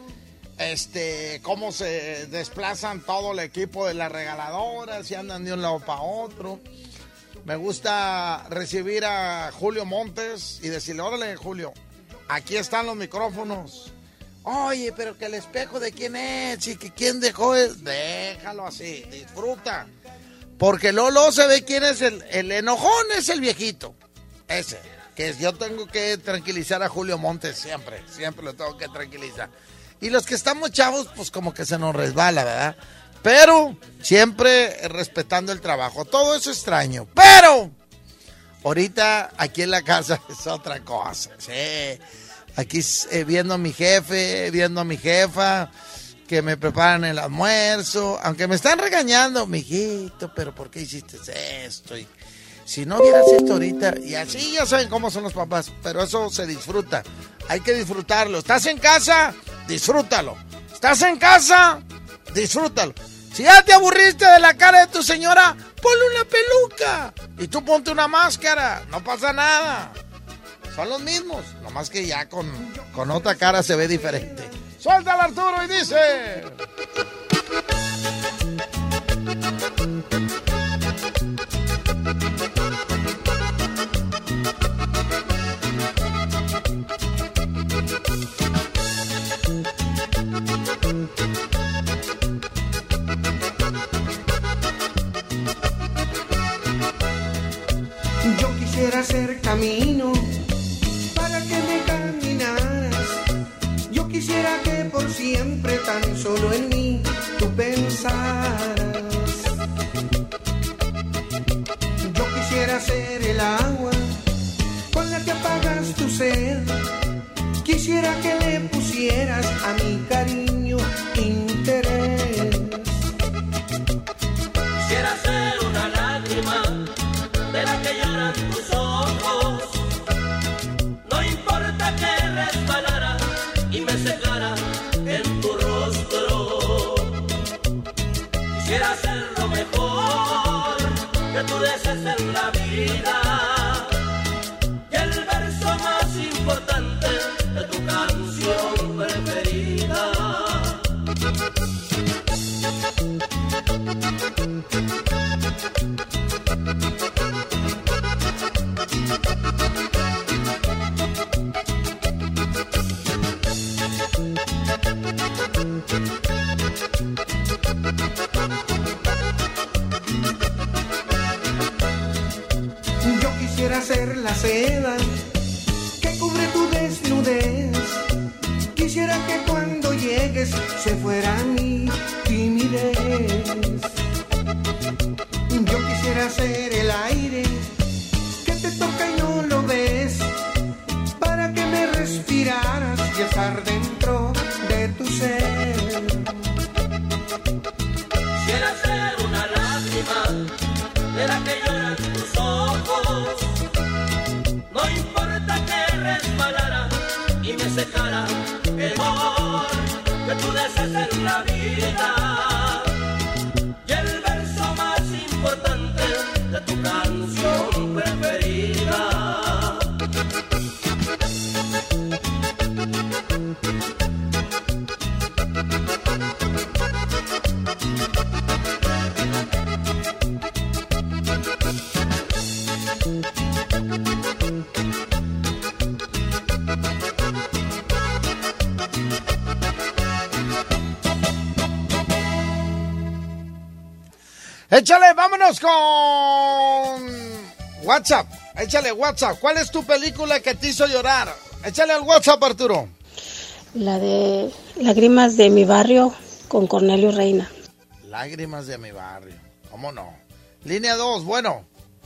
Cómo se desplazan todo el equipo de las regaladoras y andan de un lado para otro. Me gusta recibir a Julio Montes y decirle, órale, Julio, aquí están los micrófonos. Oye, pero que el espejo de quién es y que quién dejó déjalo así, disfruta. Porque luego se ve quién es el enojón, es el viejito. Ese, que yo tengo que tranquilizar a Julio Montes siempre lo tengo que tranquilizar. Y los que estamos chavos, pues como que se nos resbala, ¿verdad? Pero siempre respetando el trabajo. Todo eso extraño. Pero ahorita aquí en la casa es otra cosa. Sí. Aquí viendo a mi jefe, viendo a mi jefa, que me preparan el almuerzo. Aunque me están regañando, mijito, pero ¿por qué hiciste esto? Y si no hubieras esto ahorita, y así ya saben cómo son los papás, pero eso se disfruta. Hay que disfrutarlo. ¿Estás en casa? Disfrútalo. ¿Estás en casa? Disfrútalo. Si ya te aburriste de la cara de tu señora, ponle una peluca. Y tú ponte una máscara. No pasa nada. Son los mismos. Nomás que ya con otra cara se ve diferente. Suéltalo, Arturo, y dice... Yo quisiera hacer camino para que me caminaras. Yo quisiera que por siempre tan solo en mí tú pensaras. Yo quisiera ser el agua con la que apagas tu sed. Quisiera que le pusieras a mi cariño interés. Quisiera ser una lágrima de la que lloran tus ojos. No importa que resbalara y me secara en tu rostro. Quisiera ser lo mejor que tú desees en la vida y el verso más importante de tu canción preferida. Yo quisiera ser la seda que cubre tu desnudez. Quisiera que cuando llegues se fuera mi timidez. Yo quisiera ser el aire que te toca y no lo ves, para que me respiraras y estar dentro de tu ser. Quisiera ser una lágrima de la que lloran tus ojos. No importa que resbalara y me secara el amor que tú deseas en la vida y el verso más importante de tu canción preferida. Échale, vámonos con WhatsApp. Échale WhatsApp. ¿Cuál es tu película que te hizo llorar? Échale al WhatsApp, Arturo. La de Lágrimas de mi barrio con Cornelio Reina. Lágrimas de mi barrio. ¿Cómo no? Línea 2, bueno.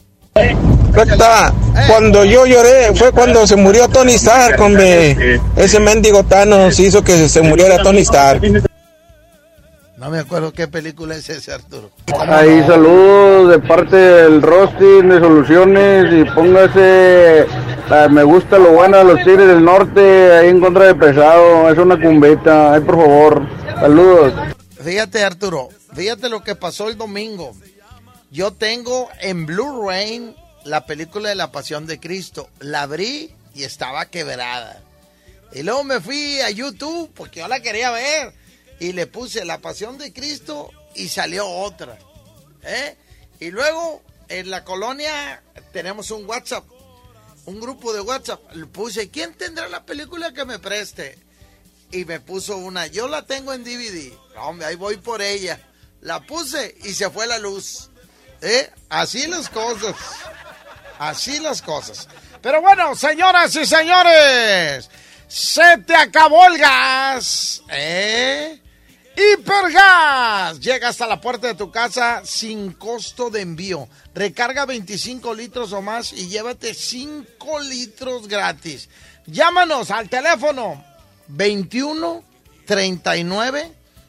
Cuando yo lloré fue cuando se murió Tony Stark, hombre. Ese mendigo Thanos hizo que se muriera Tony Stark. No me acuerdo qué película es ese, Arturo. Ahí saludos de parte del Rostin de Soluciones y póngase me gusta lo bueno de los Tigres del Norte ahí en contra de Pesado. Es una cumbeta, ahí por favor. Saludos. Fíjate, Arturo, fíjate lo que pasó el domingo. yo tengo en Blu-ray la película de La Pasión de Cristo. La abrí y estaba quebrada. Y luego me fui a YouTube porque yo la quería ver. Y le puse La Pasión de Cristo y salió otra. Y luego en la colonia tenemos un WhatsApp, un grupo de WhatsApp. Le puse, ¿quién tendrá la película que me preste? Y me puso una, yo la tengo en DVD. Hombre, ahí voy por ella. La puse y se fue la luz. Así las cosas. Así las cosas. Pero bueno, señoras y señores, se te acabó el gas. Hipergas llega hasta la puerta de tu casa sin costo de envío. Recarga 25 litros o más y llévate 5 litros gratis. Llámanos al teléfono 21 39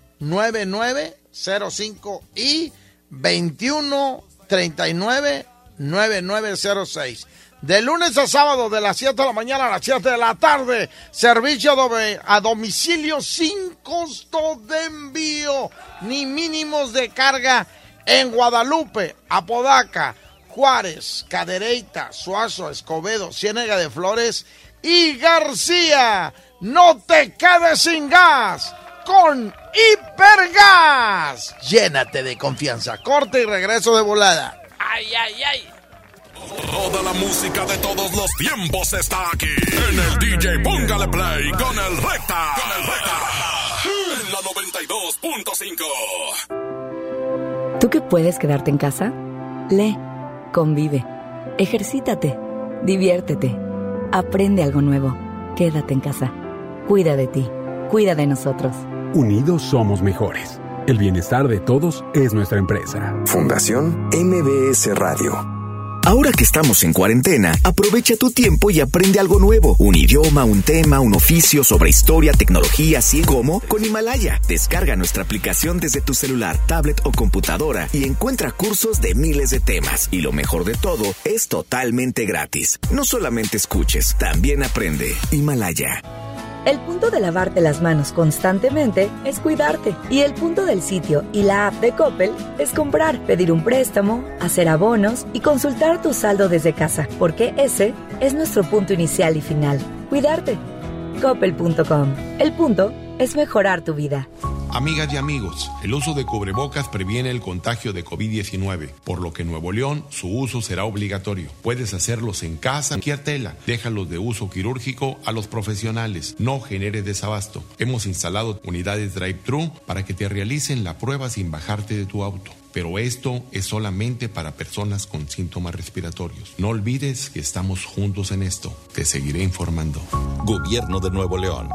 9905 y 21 39 9906. De lunes a sábado, de las 7 de la mañana a las 7 de la tarde. Servicio a domicilio sin costo de envío ni mínimos de carga en Guadalupe, Apodaca, Juárez, Cadereyta, Suazo, Escobedo, Ciénega de Flores y García. No te quedes sin gas con Hipergas. Llénate de confianza. Corte y regreso de volada. ¡Ay, ay, ay! Toda la música de todos los tiempos está aquí en el DJ Póngale Play con el Recta. En la 92.5. ¿Tú que puedes quedarte en casa? Lee, convive, ejercítate, diviértete, aprende algo nuevo. Quédate en casa. Cuida de ti, cuida de nosotros. Unidos somos mejores. El bienestar de todos es nuestra empresa. Fundación MBS Radio. Ahora que estamos en cuarentena, aprovecha tu tiempo y aprende algo nuevo. Un idioma, un tema, un oficio sobre historia, tecnología, así como con Himalaya. Descarga nuestra aplicación desde tu celular, tablet o computadora y encuentra cursos de miles de temas. Y lo mejor de todo, es totalmente gratis. No solamente escuches, también aprende. Himalaya. El punto de lavarte las manos constantemente es cuidarte. Y el punto del sitio y la app de Coppel es comprar, pedir un préstamo, hacer abonos y consultar tu saldo desde casa. Porque ese es nuestro punto inicial y final. Cuidarte. Coppel.com. El punto es mejorar tu vida. Amigas y amigos, el uso de cubrebocas previene el contagio de COVID-19, por lo que en Nuevo León su uso será obligatorio. Puedes hacerlos en casa, en cualquier tela. Déjalos de uso quirúrgico a los profesionales. No genere desabasto. Hemos instalado unidades drive-thru para que te realicen la prueba sin bajarte de tu auto. Pero esto es solamente para personas con síntomas respiratorios. No olvides que estamos juntos en esto. Te seguiré informando. Gobierno de Nuevo León.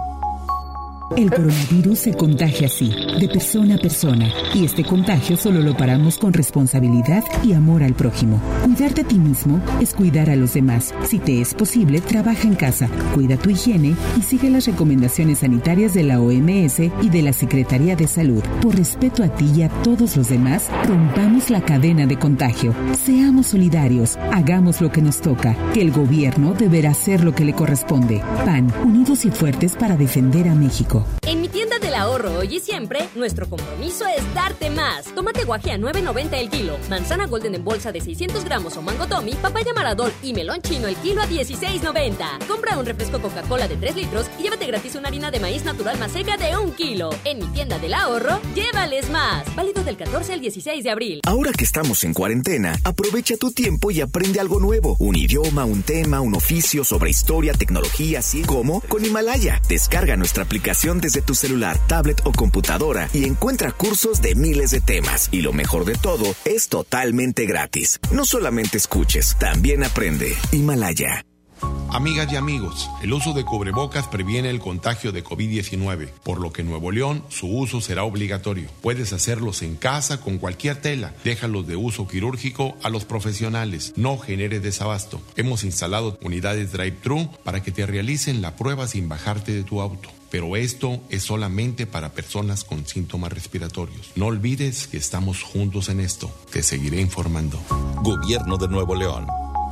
El coronavirus se contagia así, de persona a persona, y este contagio solo lo paramos con responsabilidad y amor al prójimo. Cuidarte a ti mismo es cuidar a los demás. Si te es posible, trabaja en casa, cuida tu higiene y sigue las recomendaciones sanitarias de la OMS y de la Secretaría de Salud. Por respeto a ti y a todos los demás, rompamos la cadena de contagio. Seamos solidarios, hagamos lo que nos toca, que el gobierno deberá hacer lo que le corresponde. PAN, unidos y fuertes para defender a México. En mi tienda del ahorro hoy y siempre, nuestro compromiso es darte más. Tomate guaje a $9.90 el kilo, manzana golden en bolsa de 600 gramos o mango tommy, papaya maradol y melón chino el kilo a $16.90. Compra un refresco Coca-Cola de 3 litros y llévate gratis una harina de maíz natural más seca de 1 kilo. En mi tienda del ahorro, llévales más. Válido del 14 al 16 de abril. Ahora que estamos en cuarentena, aprovecha tu tiempo y aprende algo nuevo. Un idioma, un tema, un oficio sobre historia, tecnología, así como con Himalaya. Descarga nuestra aplicación desde tu celular, tablet o computadora y encuentra cursos de miles de temas. Y lo mejor de todo, es totalmente gratis. No solamente escuches, también aprende. Himalaya. Amigas y amigos, el uso de cubrebocas previene el contagio de COVID-19, por lo que en Nuevo León su uso será obligatorio. Puedes hacerlos en casa con cualquier tela. Déjalos de uso quirúrgico a los profesionales. No genere desabasto. Hemos instalado unidades drive-thru para que te realicen la prueba sin bajarte de tu auto. Pero esto es solamente para personas con síntomas respiratorios. No olvides que estamos juntos en esto. Te seguiré informando. Gobierno de Nuevo León.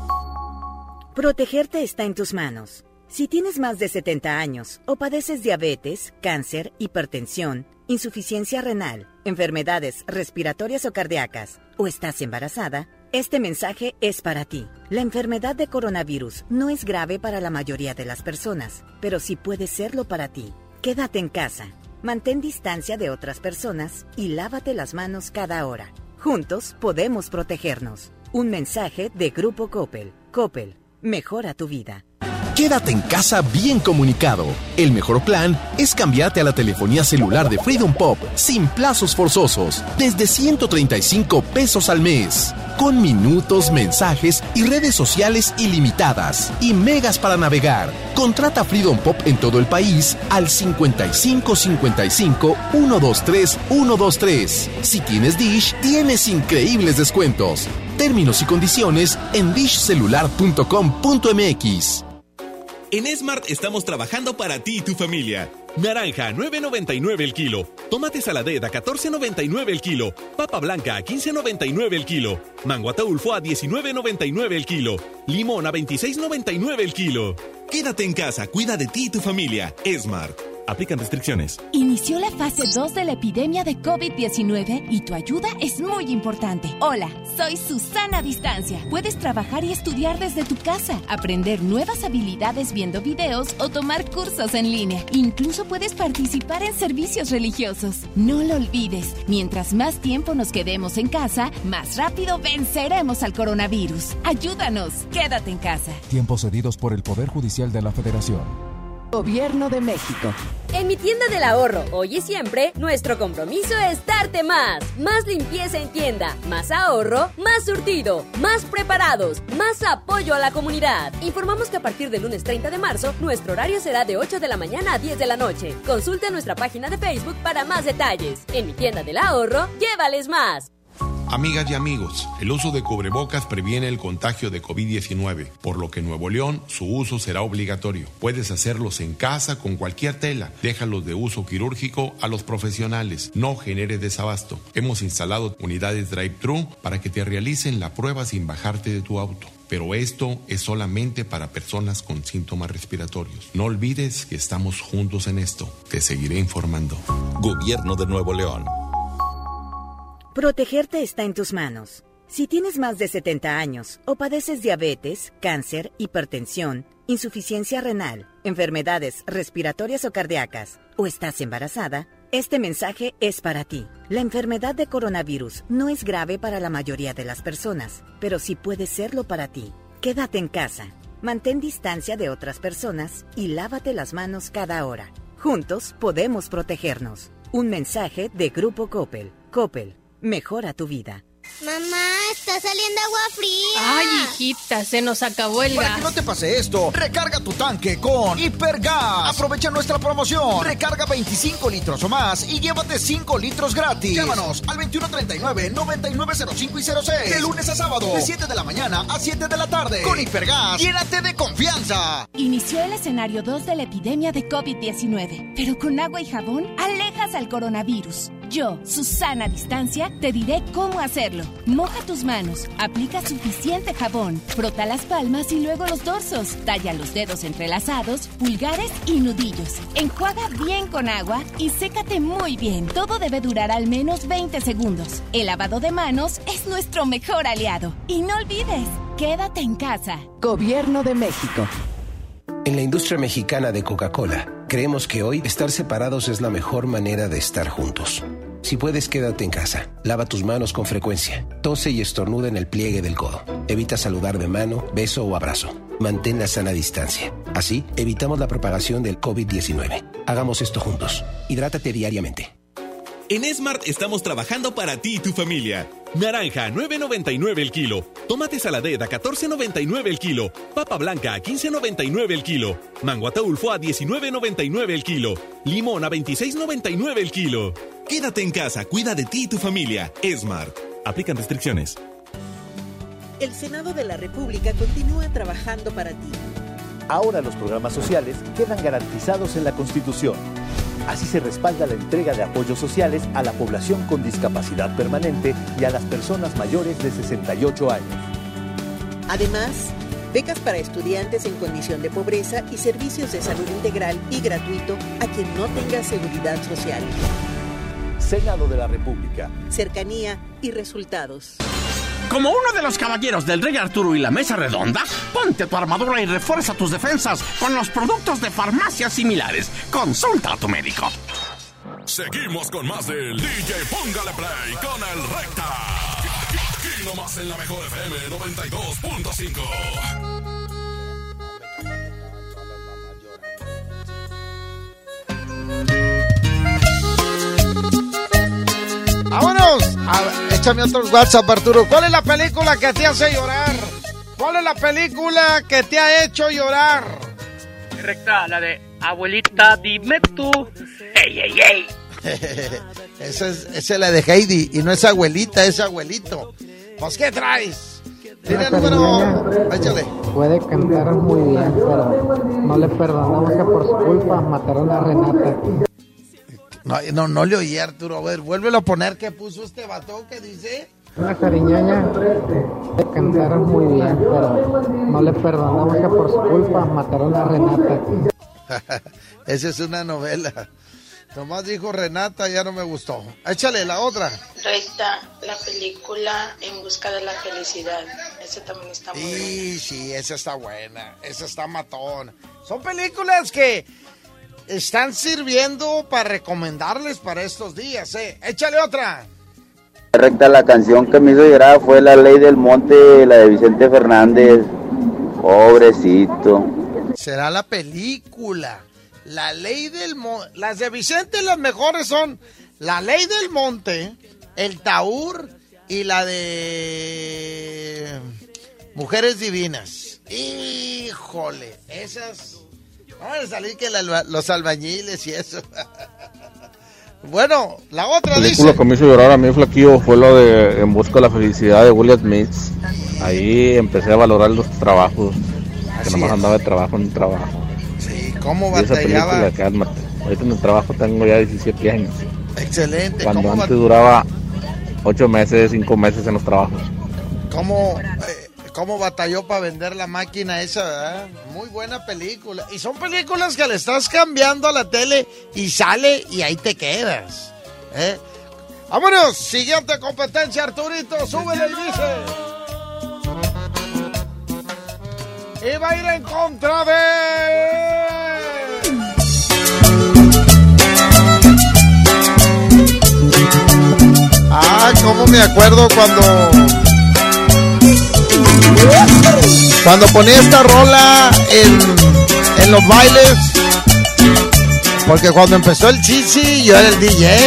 Protegerte está en tus manos. Si tienes más de 70 años o padeces diabetes, cáncer, hipertensión, insuficiencia renal, enfermedades respiratorias o cardíacas, o estás embarazada, este mensaje es para ti. La enfermedad de coronavirus no es grave para la mayoría de las personas, pero sí puede serlo para ti. Quédate en casa, mantén distancia de otras personas y lávate las manos cada hora. Juntos podemos protegernos. Un mensaje de Grupo Coppel. Coppel, mejora tu vida. Quédate en casa bien comunicado. El mejor plan es cambiarte a la telefonía celular de Freedom Pop sin plazos forzosos, desde 135 pesos al mes, con minutos, mensajes y redes sociales ilimitadas y megas para navegar. Contrata Freedom Pop en todo el país al 55 55 123 123. Si tienes Dish, tienes increíbles descuentos. Términos y condiciones en dishcelular.com.mx. En Smart estamos trabajando para ti y tu familia. Naranja, 9.99 el kilo. Tomate saladera, 14.99 el kilo. Papa blanca, 15.99 el kilo. Mango ataulfo a 19.99 el kilo. Limón a 26.99 el kilo. Quédate en casa, cuida de ti y tu familia. Smart. Aplican restricciones. Inició la fase 2 de la epidemia de COVID-19 y tu ayuda es muy importante. Hola, soy Susana Distancia. Puedes trabajar y estudiar desde tu casa, aprender nuevas habilidades viendo videos o tomar cursos en línea. Incluso puedes participar en servicios religiosos. No lo olvides, mientras más tiempo nos quedemos en casa, más rápido venceremos al coronavirus. Ayúdanos, quédate en casa. Tiempos cedidos por el Poder Judicial de la Federación. Gobierno de México. En mi tienda del ahorro, hoy y siempre, nuestro compromiso es darte más. Más limpieza en tienda, más ahorro, más surtido, más preparados, más apoyo a la comunidad. Informamos que a partir del lunes 30 de marzo, nuestro horario será de 8 de la mañana a 10 de la noche. Consulta nuestra página de Facebook para más detalles. En mi tienda del ahorro, llévales más. Amigas y amigos, el uso de cubrebocas previene el contagio de COVID-19, por lo que en Nuevo León su uso será obligatorio. Puedes hacerlos en casa con cualquier tela. Déjalos de uso quirúrgico a los profesionales. No genere desabasto. Hemos instalado unidades drive-thru para que te realicen la prueba sin bajarte de tu auto. Pero esto es solamente para personas con síntomas respiratorios. No olvides que estamos juntos en esto. Te seguiré informando. Gobierno de Nuevo León. Protegerte está en tus manos. Si tienes más de 70 años o padeces diabetes, cáncer, hipertensión, insuficiencia renal, enfermedades respiratorias o cardíacas, o estás embarazada, este mensaje es para ti. La enfermedad de coronavirus no es grave para la mayoría de las personas, pero sí puede serlo para ti. Quédate en casa, mantén distancia de otras personas y lávate las manos cada hora. Juntos podemos protegernos. Un mensaje de Grupo Coppel. Coppel, mejora tu vida. Mamá, está saliendo agua fría. Ay, hijita, se nos acabó el gas. Para que no te pase esto, recarga tu tanque con Hipergas. Aprovecha nuestra promoción. Recarga 25 litros o más y llévate 5 litros gratis. Llámanos al 2139-9905 y 06. De lunes a sábado, de 7 de la mañana a 7 de la tarde. Con Hipergas, llénate de confianza. Inició el escenario 2 de la epidemia de COVID-19, pero con agua y jabón alejas al coronavirus. Yo, Susana Distancia, te diré cómo hacerlo. Moja tus manos, aplica suficiente jabón, frota las palmas y luego los dorsos, talla los dedos entrelazados, pulgares y nudillos. Enjuaga bien con agua y sécate muy bien. Todo debe durar al menos 20 segundos. El lavado de manos es nuestro mejor aliado. Y no olvides, quédate en casa. Gobierno de México. En la industria mexicana de Coca-Cola, creemos que hoy estar separados es la mejor manera de estar juntos. Si puedes, quédate en casa. Lava tus manos con frecuencia. Tose y estornuda en el pliegue del codo. Evita saludar de mano, beso o abrazo. Mantén la sana distancia. Así, evitamos la propagación del COVID-19. Hagamos esto juntos. Hidrátate diariamente. En Smart estamos trabajando para ti y tu familia. Naranja, 9.99 el kilo. Tomate saladera, 14.99 el kilo. Papa blanca, 15.99 el kilo. Mango ataulfo a 19.99 el kilo. Limón a 26.99 el kilo. Quédate en casa, cuida de ti y tu familia. Smart. Aplican restricciones. El Senado de la República continúa trabajando para ti. Ahora los programas sociales quedan garantizados en la Constitución. Así se respalda la entrega de apoyos sociales a la población con discapacidad permanente y a las personas mayores de 68 años. Además, becas para estudiantes en condición de pobreza y servicios de salud integral y gratuito a quien no tenga seguridad social. Senado de la República. Cercanía y resultados. Como uno de los caballeros del Rey Arturo y la Mesa Redonda, ponte tu armadura y refuerza tus defensas con los productos de farmacias similares. Consulta a tu médico. Seguimos con más del DJ Póngale Play con el Recta. Aquí nomás en la mejor FM 92.5. ¡Vámonos! Échame otros WhatsApp, Arturo. ¿Cuál es la película que te hace llorar? ¿Cuál es la película que te ha hecho llorar? Recta, la de Abuelita, dime tú. ¡Ey, ey, ey! Esa es la de Heidi. Y no es abuelita, es abuelito. Pues, ¿qué traes? Tiene el número... Échale. Puede cantar muy bien, pero no le perdonamos que por su culpa mataron a Renata. No le oí, Arturo. A ver, vuélvelo a poner. ¿Qué puso este vato? ¿Qué dice? Una cariñoña puede cantar muy bien, pero no le perdonamos que por su culpa mataron a Renata. Esa es una novela. Nomás dijo Renata, ya no me gustó. Échale la otra. Recta, la película En busca de la felicidad. Esa también está muy buena. Sí, esa está buena. Esa está matón. Son películas que están sirviendo para recomendarles para estos días, Échale otra. Recta, la canción que me hizo llorar fue La Ley del Monte, la de Vicente Fernández. Pobrecito. Será la película. La Ley del Monte. Las de Vicente, las mejores son La Ley del Monte, El Taur y la de Mujeres Divinas. Híjole, esas van a salir que los albañiles y eso. Bueno, la otra la dice. película que me hizo llorar a mí, flaquillo, fue lo de En busca de la felicidad de Will Smith. Ahí empecé a valorar los trabajos, que nomás andaba de trabajo en trabajo. Sí, cómo batallaba. Y esa película, cálmate. Ahorita en el trabajo tengo ya 17 años. Excelente. Cuando antes duraba 8 meses, 5 meses en los trabajos. ¿Cómo batalló para vender la máquina esa, verdad? Muy buena película. Y son películas que le estás cambiando a la tele y sale y ahí te quedas. Vámonos, siguiente competencia, Arturito, súbele y dice. Y va a ir en contra de... cómo me acuerdo cuando ponía esta rola en los bailes, porque cuando empezó el Chichi yo era el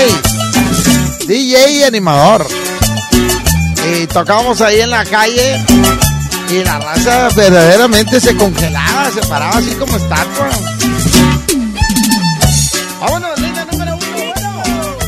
DJ y animador, y tocábamos ahí en la calle y la raza verdaderamente se congelaba, se paraba así como estatua. Vámonos, línea número 1, bueno.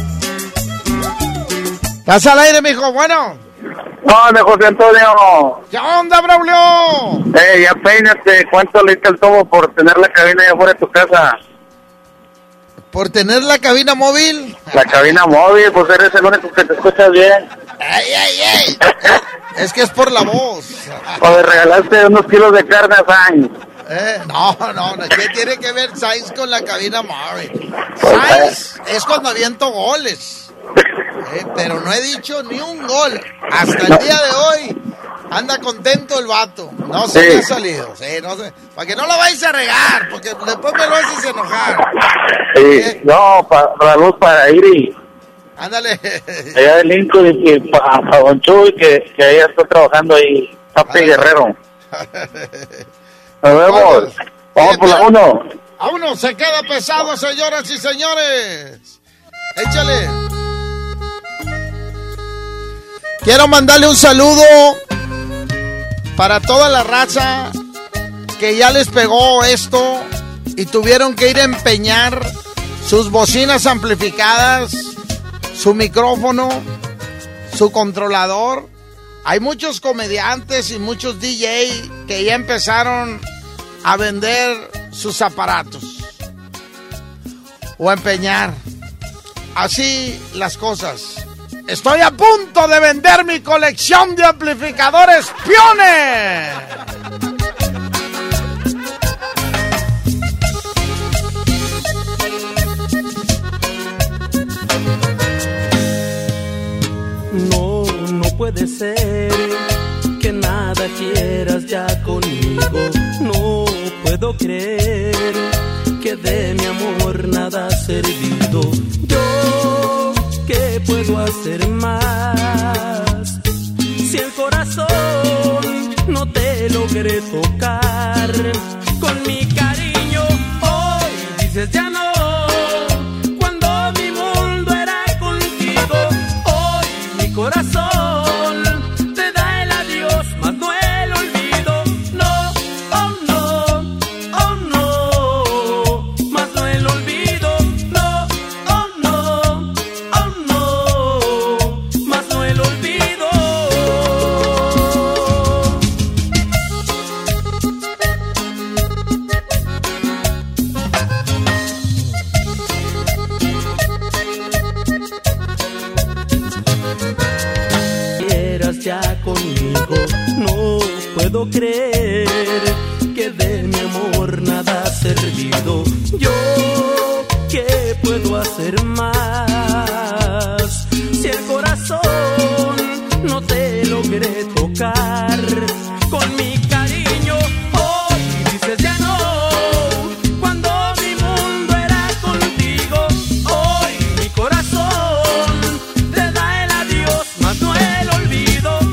¿Estás al aire, mijo? Bueno. ¡Hola, José Antonio! ¿Qué onda, Braulio? Ya peínate. ¿Cuánto le diste el tomo por tener la cabina allá afuera de tu casa? ¿Por tener la cabina móvil? La cabina móvil, pues eres el único que te escuchas bien. ¡Ey! Es que es por la voz. O le regalaste unos kilos de carne a Sainz. No, ¿qué tiene que ver Sainz con la cabina móvil? Sainz es cuando aviento goles. Pero no he dicho ni un gol. Hasta el día de hoy anda contento el vato. No se me ha salido. Sí, no sé. Para que no lo vayas a regar, porque después me lo haces enojar. Sí, no, para luz para Iri. Ándale. Allá de Lincoln y para Don Chuy, que ella está trabajando ahí. Papi Guerrero. Nos vemos. Vamos por la 1. A uno se queda pesado, señoras y señores. Échale. Quiero mandarle un saludo para toda la raza que ya les pegó esto y tuvieron que ir a empeñar sus bocinas amplificadas, su micrófono, su controlador. Hay muchos comediantes y muchos DJ que ya empezaron a vender sus aparatos o a empeñar. Así las cosas. Estoy a punto de vender mi colección de amplificadores Pioneer. puede ser que nada quieras ya conmigo. No puedo creer que de mi amor nada ha servido. Yo, ¿qué puedo hacer más? Si el corazón no te logré tocar con mi cariño, hoy dices ya no. Cuando mi mundo era contigo, hoy mi corazón te da el adiós, mas no el olvido. No, oh no, oh no, mas no el olvido. No, oh no, oh no, mas no el olvido. Ya conmigo, no puedo creer que de mi amor nada ha servido. Yo, ¿qué puedo hacer más? Si el corazón no te logré tocar con mi cariño, hoy dices ya no. Cuando mi mundo era contigo, hoy mi corazón te da el adiós, mas no el olvido.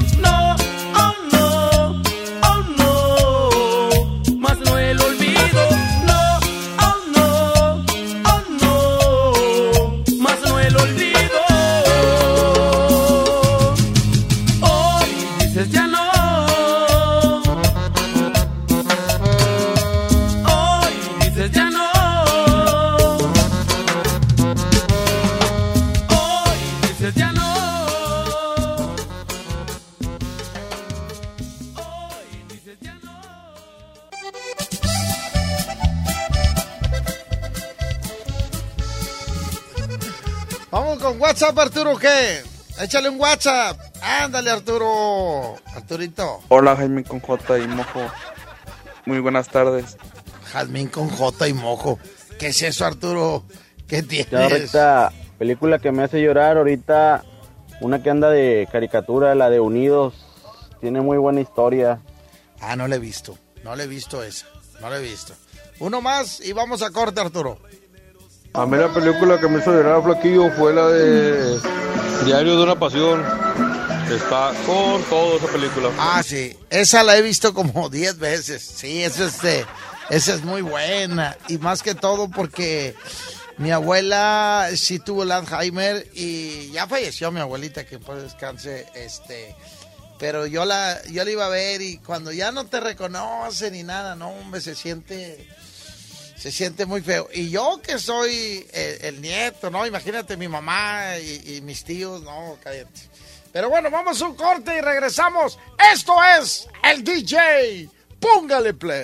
WhatsApp, Arturo, ¿qué? Échale un WhatsApp. Ándale, Arturo. Arturito. Hola, Jazmín con J y Mojo. Muy buenas tardes. Jazmín con J y Mojo. ¿Qué es eso, Arturo? ¿Qué tienes? Ya ahorita, película que me hace llorar ahorita, una que anda de caricatura, la de Unidos. Tiene muy buena historia. Ah, no la he visto. No la he visto esa. No la he visto. Uno más y vamos a corte, Arturo. A mí la película que me hizo llorar, Flaquillo, fue la de Diario de una Pasión. Está con todo esa película. Ah, sí. Esa la he visto como 10 veces. Sí, esa es muy buena. Y más que todo porque mi abuela sí tuvo el Alzheimer y ya falleció mi abuelita, que pues descanse. Pero yo la iba a ver y cuando ya no te reconoce ni nada, no, hombre, se siente muy feo. Y yo que soy el nieto, ¿no? Imagínate mi mamá y mis tíos, no, cállate. Pero bueno, vamos a un corte y regresamos. Esto es el DJ. Póngale play.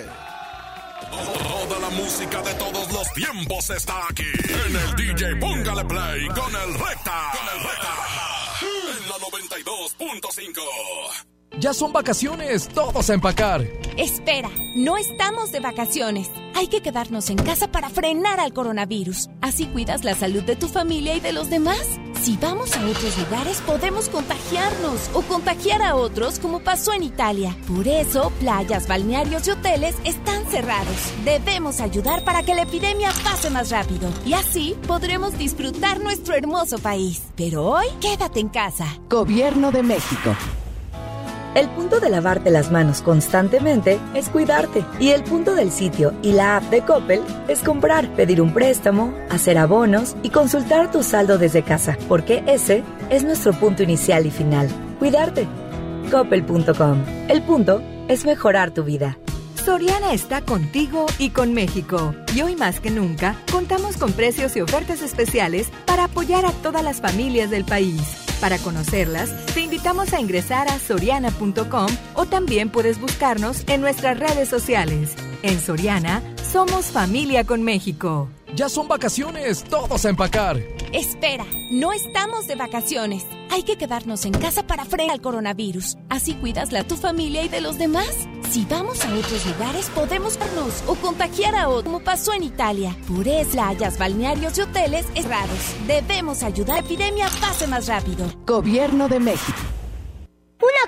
Toda la música de todos los tiempos está aquí en el DJ Póngale Play con el Recta. En la 92.5. Ya son vacaciones, todos a empacar. Espera, no estamos de vacaciones. Hay que quedarnos en casa para frenar al coronavirus. Así cuidas la salud de tu familia y de los demás. Si vamos a otros lugares, podemos contagiarnos o contagiar a otros, como pasó en Italia. Por eso, playas, balnearios y hoteles están cerrados. Debemos ayudar para que la epidemia pase más rápido. Y así podremos disfrutar nuestro hermoso país. Pero hoy, quédate en casa. Gobierno de México. El punto de lavarte las manos constantemente es cuidarte. Y el punto del sitio y la app de Coppel es comprar, pedir un préstamo, hacer abonos y consultar tu saldo desde casa. Porque ese es nuestro punto inicial y final. Cuidarte. Coppel.com. El punto es mejorar tu vida. Soriana está contigo y con México. Y hoy más que nunca, contamos con precios y ofertas especiales para apoyar a todas las familias del país. Para conocerlas, te invitamos a ingresar a soriana.com o también puedes buscarnos en nuestras redes sociales. En Soriana, somos familia con México. Ya son vacaciones, todos a empacar. Espera, no estamos de vacaciones. Hay que quedarnos en casa para frenar al coronavirus. Así cuidas tu familia y de los demás. Si vamos a otros lugares, podemos vernos o contagiar a otros, como pasó en Italia. Por eso, playas, balnearios y hoteles cerrados. Debemos ayudar a que la epidemia pase más rápido. Gobierno de México.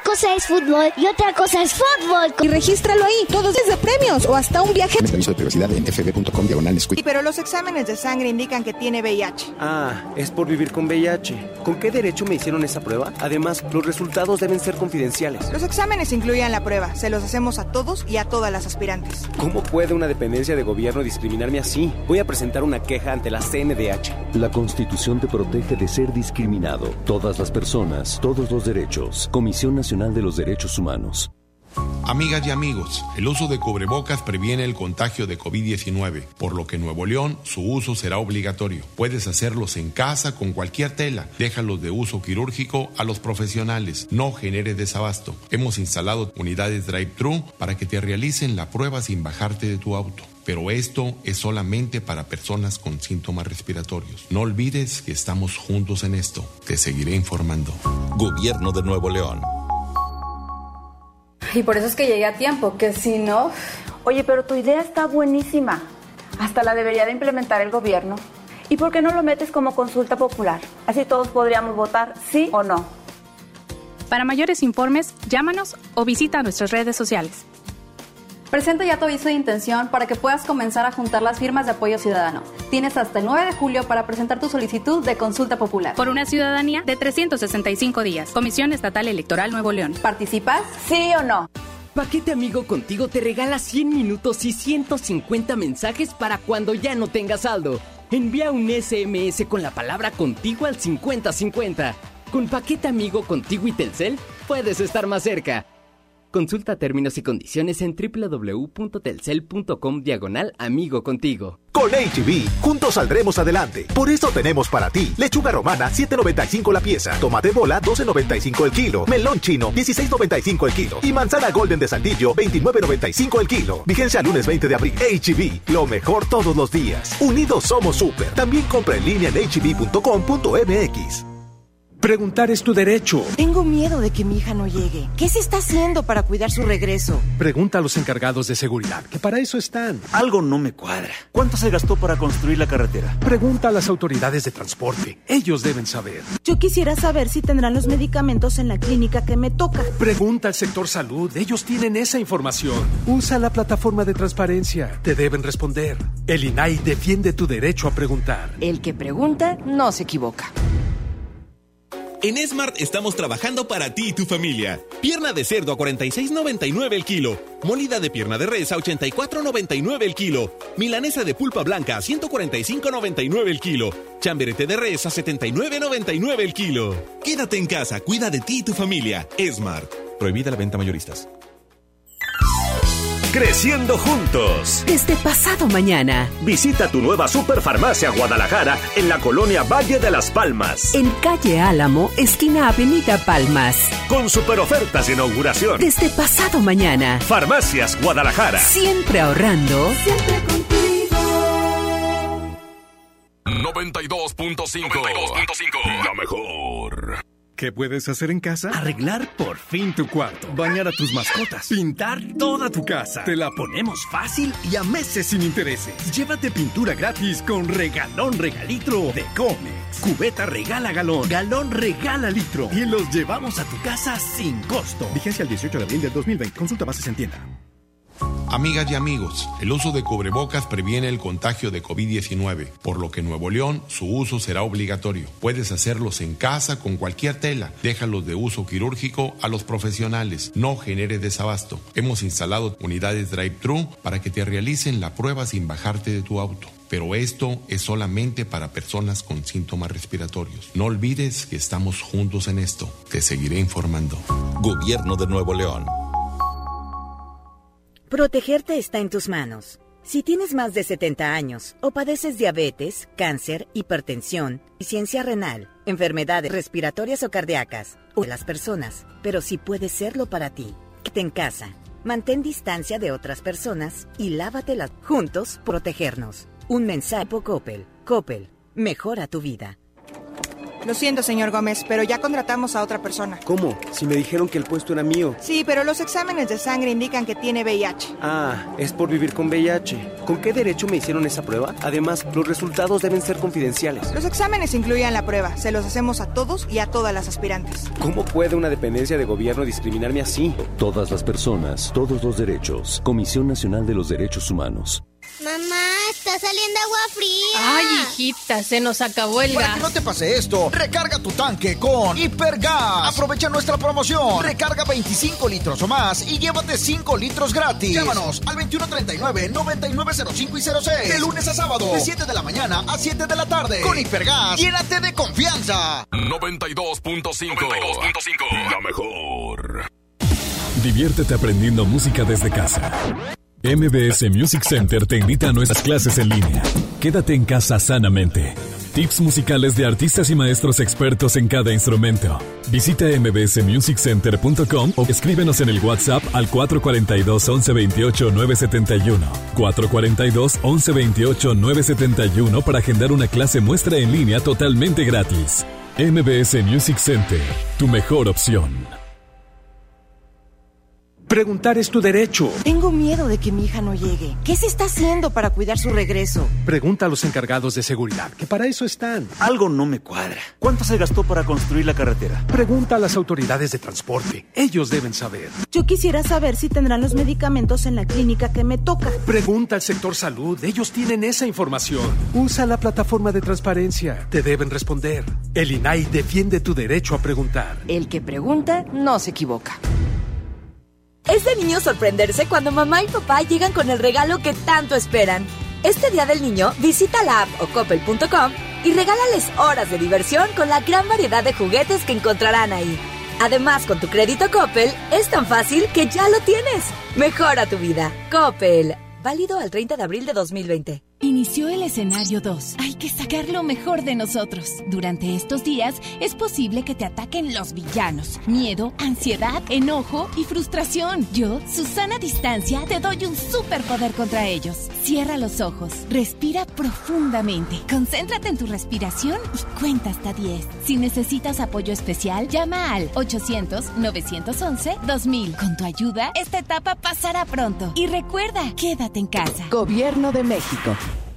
cosa es fútbol y otra cosa es fútbol. Y regístralo ahí, todos es de premios o hasta un viaje. Permiso de privacidad en fb.com/squid. Pero los exámenes de sangre indican que tiene VIH. Ah, es por vivir con VIH. ¿Con qué derecho me hicieron esa prueba? Además, los resultados deben ser confidenciales. Los exámenes incluían la prueba. Se los hacemos a todos y a todas las aspirantes. ¿Cómo puede una dependencia de gobierno discriminarme así? Voy a presentar una queja ante la CNDH. La Constitución te protege de ser discriminado. Todas las personas, todos los derechos. Comisión Nacional de los Derechos Humanos. Amigas y amigos, el uso de cubrebocas previene el contagio de COVID-19, por lo que en Nuevo León su uso será obligatorio. Puedes hacerlos en casa con cualquier tela. Déjalos de uso quirúrgico a los profesionales. No genere desabasto. Hemos instalado unidades drive-thru para que te realicen la prueba sin bajarte de tu auto. Pero esto es solamente para personas con síntomas respiratorios. No olvides que estamos juntos en esto. Te seguiré informando. Gobierno de Nuevo León. Y por eso es que llegué a tiempo, que si no... Oye, pero tu idea está buenísima. Hasta la debería de implementar el gobierno. ¿Y por qué no lo metes como consulta popular? Así todos podríamos votar sí o no. Para mayores informes, llámanos o visita nuestras redes sociales. Presenta ya tu aviso de intención para que puedas comenzar a juntar las firmas de apoyo ciudadano. Tienes hasta el 9 de julio para presentar tu solicitud de consulta popular. Por una ciudadanía de 365 días. Comisión Estatal Electoral Nuevo León. ¿Participas? ¿Sí o no? Paquete Amigo Contigo te regala 100 minutos y 150 mensajes para cuando ya no tengas saldo. Envía un SMS con la palabra contigo al 5050. Con Paquete Amigo Contigo y Telcel, puedes estar más cerca. Consulta términos y condiciones en www.telcel.com/amigo contigo. Con H-E-B, juntos saldremos adelante. Por eso tenemos para ti lechuga romana, $7.95 la pieza, tomate bola, $12.95 el kilo, melón chino, $16.95 el kilo y manzana golden de Sandillo, $29.95 el kilo. Vigencia lunes 20 de abril. H-E-B, lo mejor todos los días. Unidos somos súper. También compra en línea en hb.com.mx. Preguntar es tu derecho. Tengo miedo de que mi hija no llegue. ¿Qué se está haciendo para cuidar su regreso? Pregunta a los encargados de seguridad, que para eso están. Algo no me cuadra. ¿Cuánto se gastó para construir la carretera? Pregunta a las autoridades de transporte. Ellos deben saber. Yo quisiera saber si tendrán los medicamentos en la clínica que me toca. Pregunta al sector salud. Ellos tienen esa información. Usa la plataforma de transparencia. Te deben responder. El INAI defiende tu derecho a preguntar. El que pregunta no se equivoca. En Smart estamos trabajando para ti y tu familia. Pierna de cerdo a $46.99 el kilo. Molida de pierna de res a $84.99 el kilo. Milanesa de pulpa blanca a $145.99 el kilo. Chamberete de res a $79.99 el kilo. Quédate en casa, cuida de ti y tu familia. Smart. Prohibida la venta mayoristas. Creciendo juntos. Desde pasado mañana. Visita tu nueva Superfarmacia Guadalajara en la colonia Valle de las Palmas. En calle Álamo, esquina Avenida Palmas. Con super ofertas de inauguración. Desde pasado mañana. Farmacias Guadalajara. Siempre ahorrando. Siempre contigo. 92.5. La mejor. ¿Qué puedes hacer en casa? Arreglar por fin tu cuarto, bañar a tus mascotas, pintar toda tu casa. Te la ponemos fácil y a meses sin intereses. Llévate pintura gratis con Regalón Regalitro de Comex. Cubeta regala galón, galón regala litro y los llevamos a tu casa sin costo. Vigencia el 18 de abril del 2020. Consulta bases en tienda. Amigas y amigos, el uso de cubrebocas previene el contagio de COVID-19, por lo que en Nuevo León su uso será obligatorio. Puedes hacerlos en casa con cualquier tela. Déjalos de uso quirúrgico a los profesionales. No genere desabasto. Hemos instalado unidades drive-thru para que te realicen la prueba sin bajarte de tu auto. Pero esto es solamente para personas con síntomas respiratorios. No olvides que estamos juntos en esto. Te seguiré informando. Gobierno de Nuevo León. Protegerte está en tus manos. Si tienes más de 70 años o padeces diabetes, cáncer, hipertensión, insuficiencia renal, enfermedades respiratorias o cardíacas, o las personas, pero sí puede serlo para ti. Quédate en casa, mantén distancia de otras personas y lávatelas. Juntos, protegernos. Un mensaje por Coppel. Coppel, mejora tu vida. Lo siento, señor Gómez, pero ya contratamos a otra persona. ¿Cómo? Si me dijeron que el puesto era mío. Sí, pero los exámenes de sangre indican que tiene VIH. Ah, es por vivir con VIH. ¿Con qué derecho me hicieron esa prueba? Además, los resultados deben ser confidenciales. Los exámenes incluían la prueba. Se los hacemos a todos y a todas las aspirantes. ¿Cómo puede una dependencia de gobierno discriminarme así? Todas las personas, todos los derechos. Comisión Nacional de los Derechos Humanos. Mamá, está saliendo agua fría. Ay, hijita, se nos acabó el gas. Para que no te pase esto, recarga tu tanque con Hipergas. Aprovecha nuestra promoción. Recarga 25 litros o más y llévate 5 litros gratis. Llámanos al 2139-9905 y 06. De lunes a sábado, de 7 de la mañana a 7 de la tarde. Con Hipergas, llénate de confianza. 92.5. La mejor. Diviértete aprendiendo música desde casa. MBS Music Center te invita a nuestras clases en línea. Quédate en casa sanamente. Tips musicales de artistas y maestros expertos en cada instrumento. Visita mbsmusiccenter.com o escríbenos en el WhatsApp al 442-1128-971. 442-1128-971 para agendar una clase muestra en línea totalmente gratis. MBS Music Center, tu mejor opción. Preguntar es tu derecho. Tengo miedo de que mi hija no llegue. ¿Qué se está haciendo para cuidar su regreso? Pregunta a los encargados de seguridad, que para eso están. Algo no me cuadra. ¿Cuánto se gastó para construir la carretera? Pregunta a las autoridades de transporte. Ellos deben saber. Yo quisiera saber si tendrán los medicamentos en la clínica que me toca. Pregunta al sector salud. Ellos tienen esa información. Usa la plataforma de transparencia. Te deben responder. El INAI defiende tu derecho a preguntar. El que pregunta no se equivoca. Es de niño sorprenderse cuando mamá y papá llegan con el regalo que tanto esperan. Este Día del Niño, visita la app o coppel.com y regálales horas de diversión con la gran variedad de juguetes que encontrarán ahí. Además, con tu crédito Coppel, es tan fácil que ya lo tienes. Mejora tu vida. Coppel. Válido al 30 de abril de 2020. Inició el escenario 2. Hay que sacar lo mejor de nosotros. Durante estos días es posible que te ataquen los villanos. Miedo, ansiedad, enojo y frustración. Yo, Susana Distancia, te doy un superpoder contra ellos. Cierra los ojos, respira profundamente, concéntrate en tu respiración y cuenta hasta 10. Si necesitas apoyo especial, llama al 800-911-2000. Con tu ayuda, esta etapa pasará pronto. Y recuerda, quédate en casa. Gobierno de México.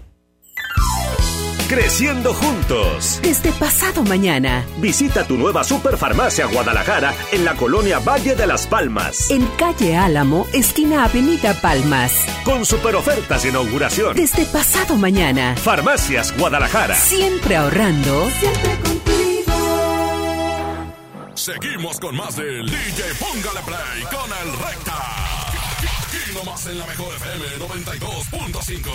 Creciendo juntos. Desde pasado mañana. Visita tu nueva Superfarmacia Guadalajara en la colonia Valle de las Palmas. En calle Álamo, esquina Avenida Palmas. Con super ofertas de inauguración. Desde pasado mañana. Farmacias Guadalajara. Siempre ahorrando. Siempre contigo. Seguimos con más del DJ Póngale Play con el Recta. Aquí nomás en la mejor FM 92.5.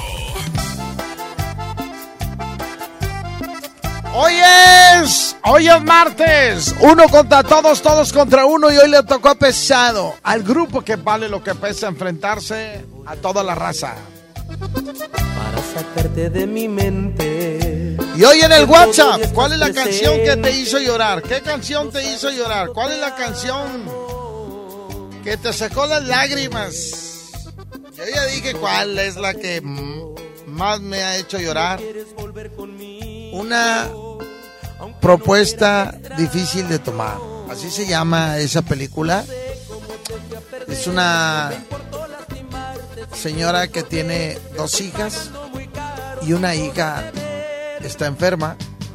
Hoy es martes, uno contra todos, todos contra uno, y hoy le tocó pesado al grupo que vale lo que pesa enfrentarse a toda la raza. Para sacarte de mi mente. Y hoy en el WhatsApp, ¿cuál es la canción que te hizo llorar? ¿Qué canción te hizo llorar? ¿Cuál es la canción que te sacó las lágrimas? Yo ya dije cuál es la que más me ha hecho llorar. Una propuesta difícil de tomar. Así se llama esa película. Es una señora que tiene 2 hijas y una hija está enferma.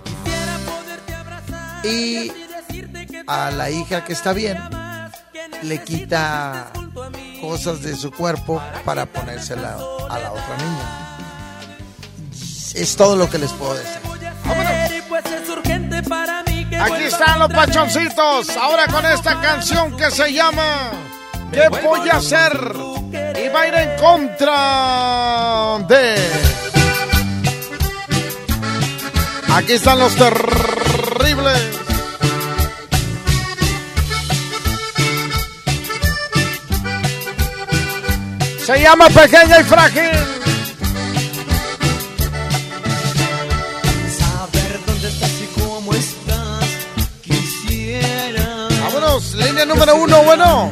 Y a la hija que está bien le quita cosas de su cuerpo para ponérsela a la otra niña. Es todo lo que les puedo decir. ¡Vámonos! Aquí están los pachoncitos, ahora con esta canción que se llama ¿Qué voy a hacer? Y va a ir en contra de... Aquí están los terribles. Se llama Pequeña y Frágil. Línea número 1, bueno.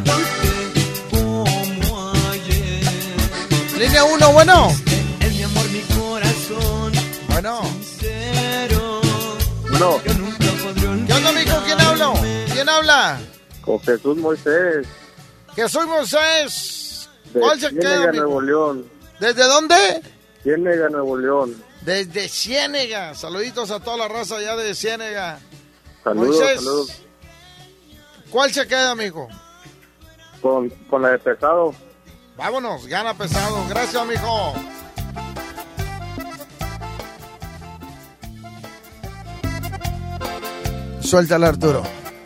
Línea 1, bueno. Es mi amor, mi corazón. Bueno. Sincero. No. Yo nunca podré ¿Qué onda, mijo? ¿Quién habla? ¿Quién habla? Con Jesús Moisés. Jesús Moisés. ¿Cuál se queda, Nuevo León? ¿Desde dónde? Ciénega, Nuevo León. Desde Ciénega. Saluditos a toda la raza allá de Ciénega. Saludos, Moisés, saludos. ¿Cuál se queda, mijo? Con la de Pesado. Vámonos, gana Pesado. Gracias, mijo. Suéltala, Arturo.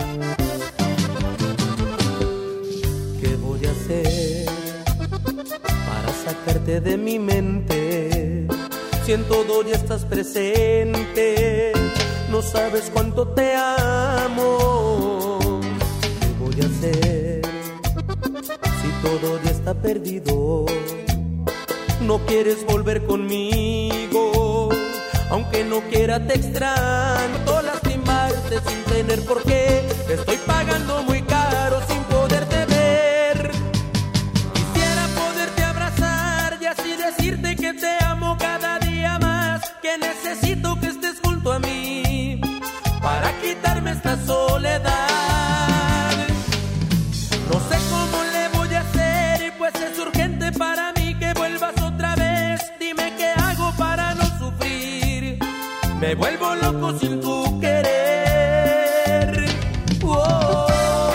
¿Qué voy a hacer para sacarte de mi mente? Si en todo ya estás presente, no sabes cuánto te amo. ¿Qué voy a hacer si todo ya está perdido? No quieres volver conmigo, aunque no quiera te extraño. Lastimarte sin tener por qué, estoy pagando muy caro sin poderte ver. Quisiera poderte abrazar y así decirte que te amo cada día más, que necesito que estés junto a mí para quitarme esta soledad. No sé cómo le voy a hacer, pues es urgente para mí que vuelvas otra vez. Dime qué hago para no sufrir, me vuelvo loco sin tu querer. Oh.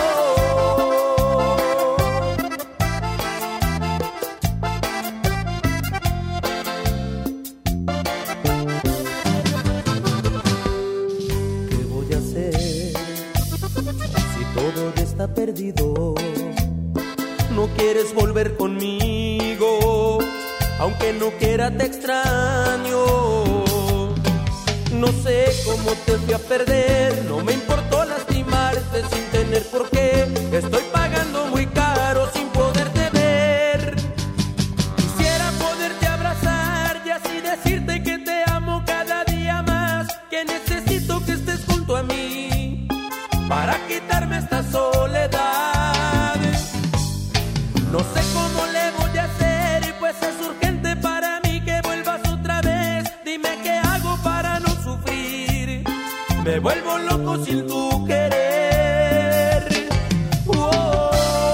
¿Qué voy a hacer si todo ya está perdido? No quieres volver conmigo, aunque no quiera te extraño. No sé cómo te fui a perder, no me importó lastimarte sin tener por qué. Estoy pagando muy caro sin poderte ver. Quisiera poderte abrazar y así decirte que te amo cada día más, que necesito que estés junto a mí para quitarme esta soledad. No sé cómo le voy a hacer, pues es urgente para mí que vuelvas otra vez. Dime qué hago para no sufrir, me vuelvo loco sin tu querer. Oh.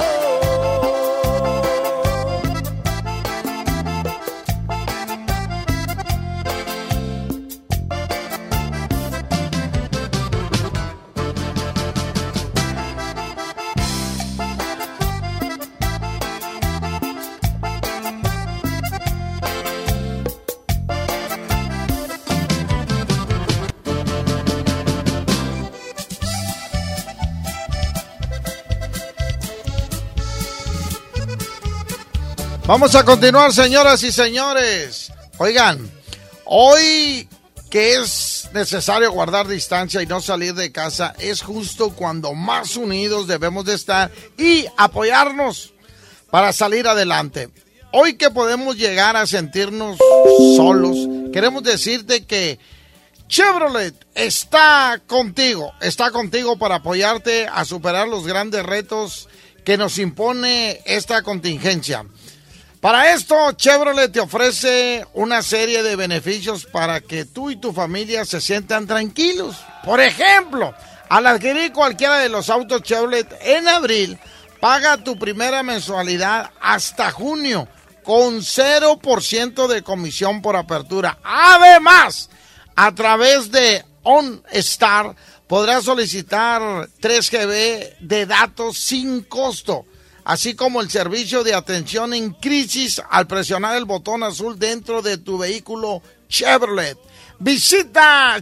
Vamos a continuar, señoras y señores. Oigan, hoy que es necesario guardar distancia y no salir de casa, es justo cuando más unidos debemos de estar y apoyarnos para salir adelante. Hoy que podemos llegar a sentirnos solos, queremos decirte que Chevrolet está contigo para apoyarte a superar los grandes retos que nos impone esta contingencia. Para esto, Chevrolet te ofrece una serie de beneficios para que tú y tu familia se sientan tranquilos. Por ejemplo, al adquirir cualquiera de los autos Chevrolet en abril, paga tu primera mensualidad hasta junio con 0% de comisión por apertura. Además, a través de OnStar podrás solicitar 3 GB de datos sin costo, así como el servicio de atención en crisis al presionar el botón azul dentro de tu vehículo Chevrolet. Visita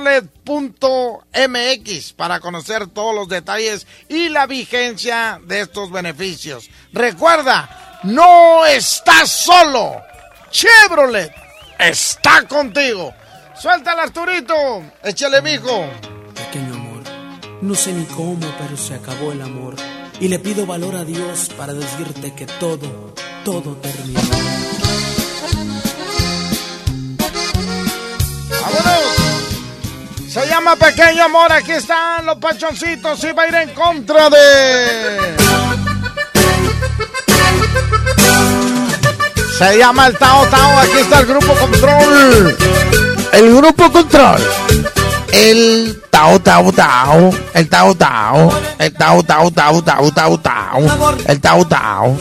chevrolet.mx para conocer todos los detalles y la vigencia de estos beneficios. Recuerda, no estás solo. Chevrolet está contigo. Suéltala, Arturito. Échale, mijo. Pequeño amor, no sé ni cómo, pero se acabó el amor. Y le pido valor a Dios para decirte que todo terminó. ¡Vámonos! Se llama Pequeño Amor, aquí están los pachoncitos y va a ir en contra de... Se llama el Tao Tao, aquí está el Grupo Control. El Grupo Control. el Tao Tao Tao, el Tao Tao, el Tao Tao Tao Tao Tao Tao, el Tao Tao.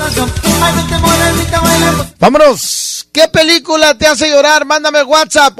Vámonos, ¿qué película te hace llorar? Mándame WhatsApp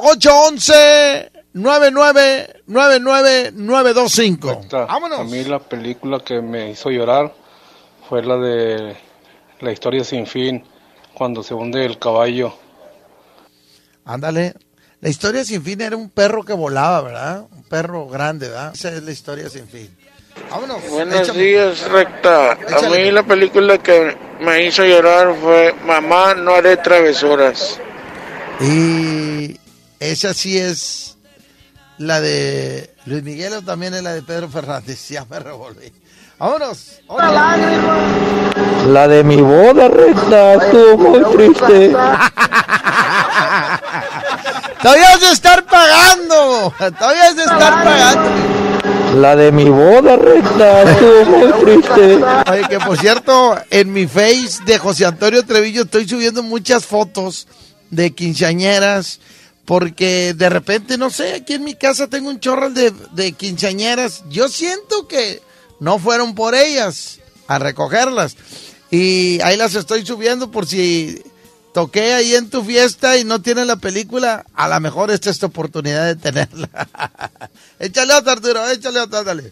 811-9999925. Vámonos. A mí la película que me hizo llorar fue la de La historia sin fin, cuando se hunde el caballo. Ándale. La historia sin fin era un perro que volaba, ¿verdad? Un perro grande, ¿verdad? Esa es la historia sin fin. Vámonos. Buenos días, Recta. A mí la película que me hizo llorar fue Mamá, no haré travesuras. Y esa sí es la de Luis Miguel o también es la de Pedro Fernández. Ya me revolví. Vámonos. La de mi boda, Recta, estuvo muy triste. Todavía has de estar pagando. La de mi boda, Recta, estuvo muy triste. Oye, que por cierto, en mi Face de José Antonio Treviño estoy subiendo muchas fotos de quinceañeras, porque de repente, no sé, aquí en mi casa tengo un chorro de quinceañeras. Yo siento que no fueron por ellas a recogerlas. Y ahí las estoy subiendo por si toqué ahí en tu fiesta y no tienes la película. A lo mejor esta es tu oportunidad de tenerla. Échale otra, Arturo, échale otra, dale.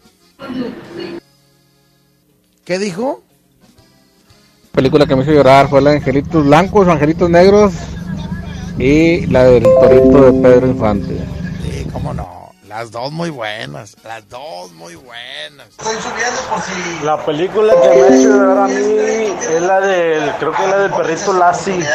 ¿Qué dijo? La película que me hizo llorar fue la de Angelitos Blancos, Angelitos Negros y la del Torito de Pedro Infante. Sí, cómo no. Las dos muy buenas. Estoy subiendo por si... La película que me hizo llorar a mí es la del, creo que es la del perrito Lassie.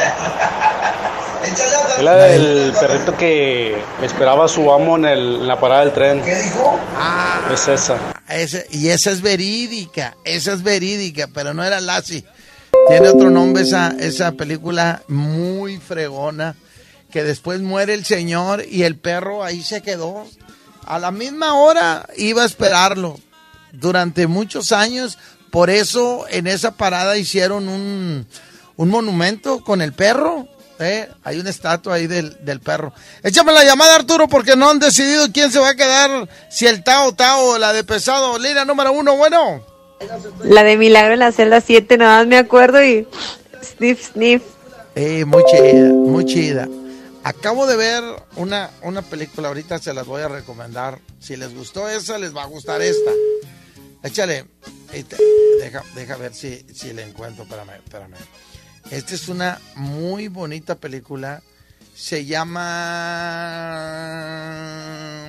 Es la del perrito que esperaba a su amo en la parada del tren. ¿Qué dijo? Es esa. Y esa es verídica, pero no era Lassie. Tiene otro nombre esa película muy fregona, que después muere el señor y el perro ahí se quedó. A la misma hora iba a esperarlo durante muchos años. Por eso en esa parada hicieron un monumento con el perro. Hay una estatua ahí del perro. Échame la llamada, Arturo, porque no han decidido quién se va a quedar, si el Tao Tao o la de Pesado. Línea número 1, bueno. La de Milagro en la celda 7, nada más me acuerdo y sniff, sniff. Muy chida. Acabo de ver una película, ahorita se las voy a recomendar. Si les gustó esa, les va a gustar esta. Échale. Deja ver si la encuentro. Espérame. Esta es una muy bonita película. Se llama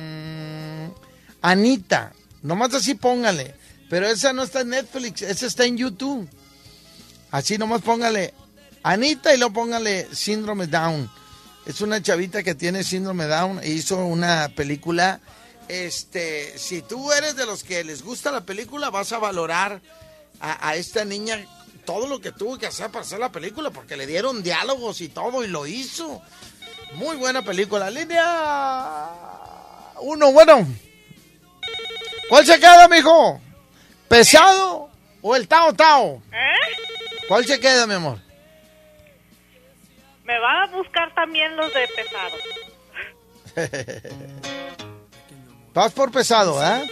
Anita. Nomás así póngale. Pero esa no está en Netflix, esa está en YouTube. Así nomás póngale Anita y luego póngale Síndrome Down. Es una chavita que tiene síndrome Down e hizo una película. Si tú eres de los que les gusta la película, vas a valorar a esta niña todo lo que tuvo que hacer para hacer la película, porque le dieron diálogos y todo y lo hizo. Muy buena película. Línea 1, bueno. ¿Cuál se queda, mijo? ¿Pesado o el Tao Tao? ¿Cuál se queda, mi amor? Me van a buscar también los de Pesado. Vas por Pesado, ¿eh?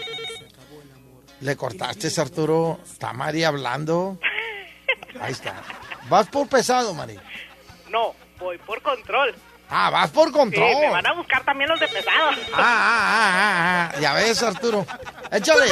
Le cortaste, Arturo. Está Mari hablando. Ahí está. Vas por Pesado, Mari. No, voy por Control. Vas por Control. Sí, me van a buscar también los de Pesado. Ya ves, Arturo. Échale.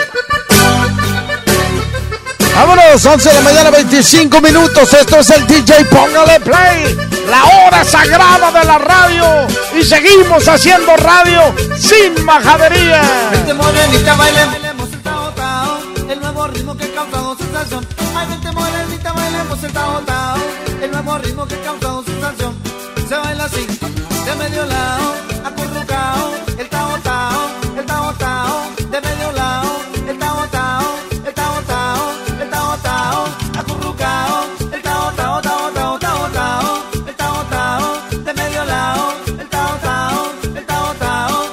Vámonos, 11 de la mañana, 25 minutos. Esto es el DJ Póngale Play, la hora sagrada de la radio. Y seguimos haciendo radio sin majadería. Vente morenita, bailemos el Tao Tao, el nuevo ritmo que ha causado sensación. Ay, vente morenita, bailemos el Tao Tao, el nuevo ritmo que ha causado sensación. Se baila así, de medio lado, acurrucao, el Tao Tao, el Tao Tao, de medio lado, el Tao Tao, el Tao Tao, el Tao Tao, acurrucao, el Tao Tao, Tao Tao, Tao Tao, el Tao Tao, de medio lado, el Tao Tao, el Tao Tao.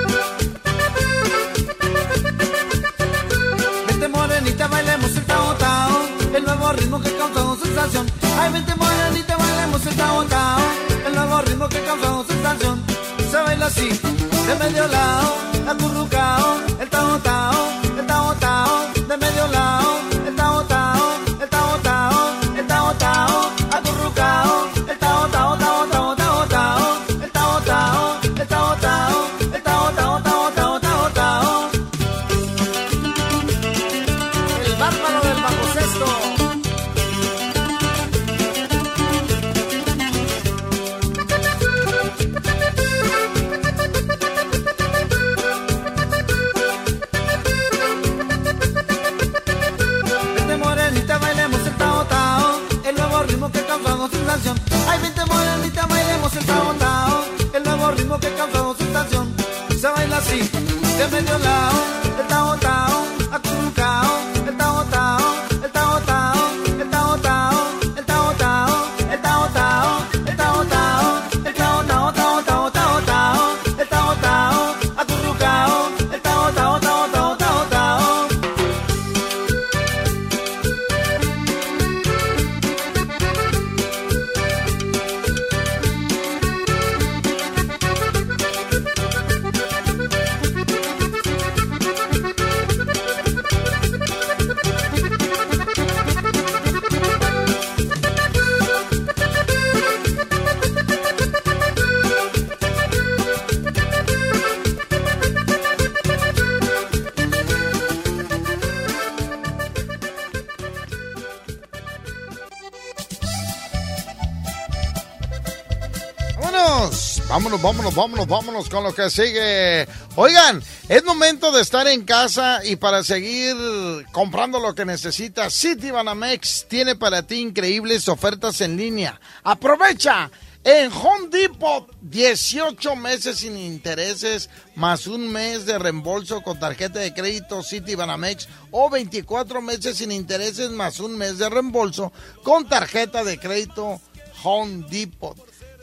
Vente morenita, bailemos el Tao Tao. Ay, vente morenita, bailemos el tao tao, el nuevo ritmo que causamos sensación. Se baila así, de medio lado, acurrucao, el tao tao, el tao tao, de medio lado, el tao tao, el tao tao, el tao tao, acurrucao, el tao tao, tao tao, tao tao, el tao tao, el tao tao, el tao tao, tao tao, tao tao. El bárbaro del baloncesto. Que causamos sensación. Ay, vente morenita, bailemos el tao tao, el nuevo ritmo que causamos sensación. Se baila así, de medio lado, el tao tao, acurrucao, el tao tao, el tao tao, el tao tao, el tao tao, el tao tao, el tao tao, el tao tao, tao tao, tao tao, el tao tao, acurrucao, el tao tao, tao tao, tao tao. Vámonos con lo que sigue. Oigan, es momento de estar en casa y para seguir comprando lo que necesitas. Citibanamex tiene para ti increíbles ofertas en línea. ¡Aprovecha! En Home Depot, 18 meses sin intereses, más un mes de reembolso con tarjeta de crédito Citibanamex, o 24 meses sin intereses, más un mes de reembolso con tarjeta de crédito Home Depot.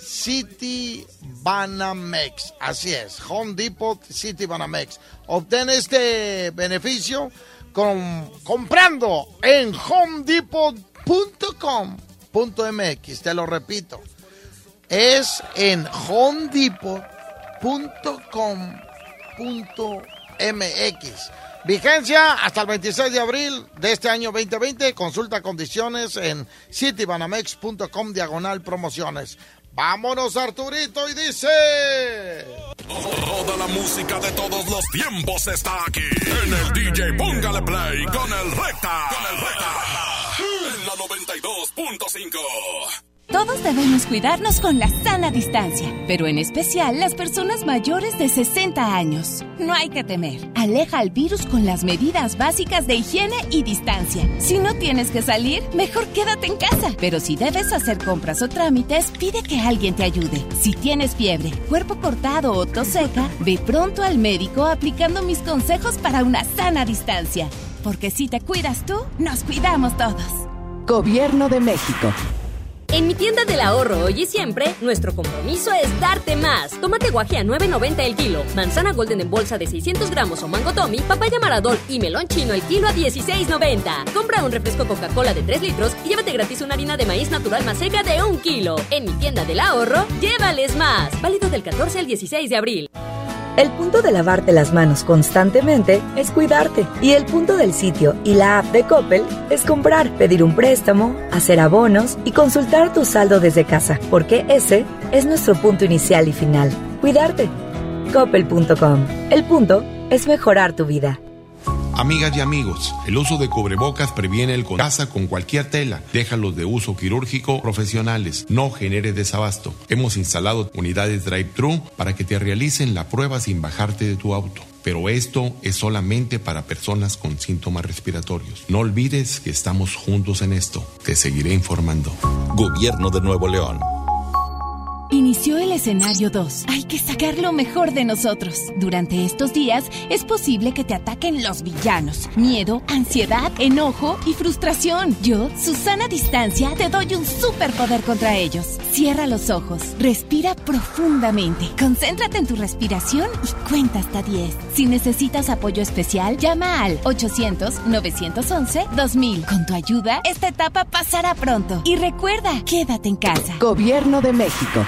Citibanamex, así es, Home Depot, Citibanamex. Obtén este beneficio comprando en homedepot.com.mx, te lo repito, es en homedepot.com.mx. Vigencia hasta el 26 de abril de este año 2020. Consulta condiciones en citibanamex.com/promociones. Vámonos, Arturito, y dice... Toda la música de todos los tiempos está aquí en el DJ Póngale Play con el Recta. En la 92.5. Todos debemos cuidarnos con la sana distancia, pero en especial las personas mayores de 60 años. No hay que temer. Aleja al virus con las medidas básicas de higiene y distancia. Si no tienes que salir, mejor quédate en casa. Pero si debes hacer compras o trámites, pide que alguien te ayude. Si tienes fiebre, cuerpo cortado o tos seca, ve pronto al médico aplicando mis consejos para una sana distancia. Porque si te cuidas tú, nos cuidamos todos. Gobierno de México. En mi tienda del ahorro hoy y siempre, nuestro compromiso es darte más. Tomate guaje a $9.90 el kilo, manzana golden en bolsa de 600 gramos o mango tommy, papaya maradol y melón chino el kilo a $16.90. Compra un refresco Coca-Cola de 3 litros y llévate gratis una harina de maíz natural más seca de 1 kilo. En mi tienda del ahorro, llévales más. Válido del 14 al 16 de abril. El punto de lavarte las manos constantemente es cuidarte. Y el punto del sitio y la app de Coppel es comprar, pedir un préstamo, hacer abonos y consultar tu saldo desde casa. Porque ese es nuestro punto inicial y final. Cuidarte. Coppel.com. El punto es mejorar tu vida. Amigas y amigos, el uso de cubrebocas previene el contagio con cualquier tela. Déjalos de uso quirúrgico profesionales. No genere desabasto. Hemos instalado unidades drive-thru para que te realicen la prueba sin bajarte de tu auto. Pero esto es solamente para personas con síntomas respiratorios. No olvides que estamos juntos en esto. Te seguiré informando. Gobierno de Nuevo León. Inició el escenario 2. Hay que sacar lo mejor de nosotros. Durante estos días es posible que te ataquen los villanos. Miedo, ansiedad, enojo y frustración. Yo, Susana Distancia, te doy un superpoder contra ellos. Cierra los ojos, respira profundamente, concéntrate en tu respiración y cuenta hasta 10. Si necesitas apoyo especial, llama al 800-911-2000. Con tu ayuda, esta etapa pasará pronto. Y recuerda, quédate en casa. Gobierno de México.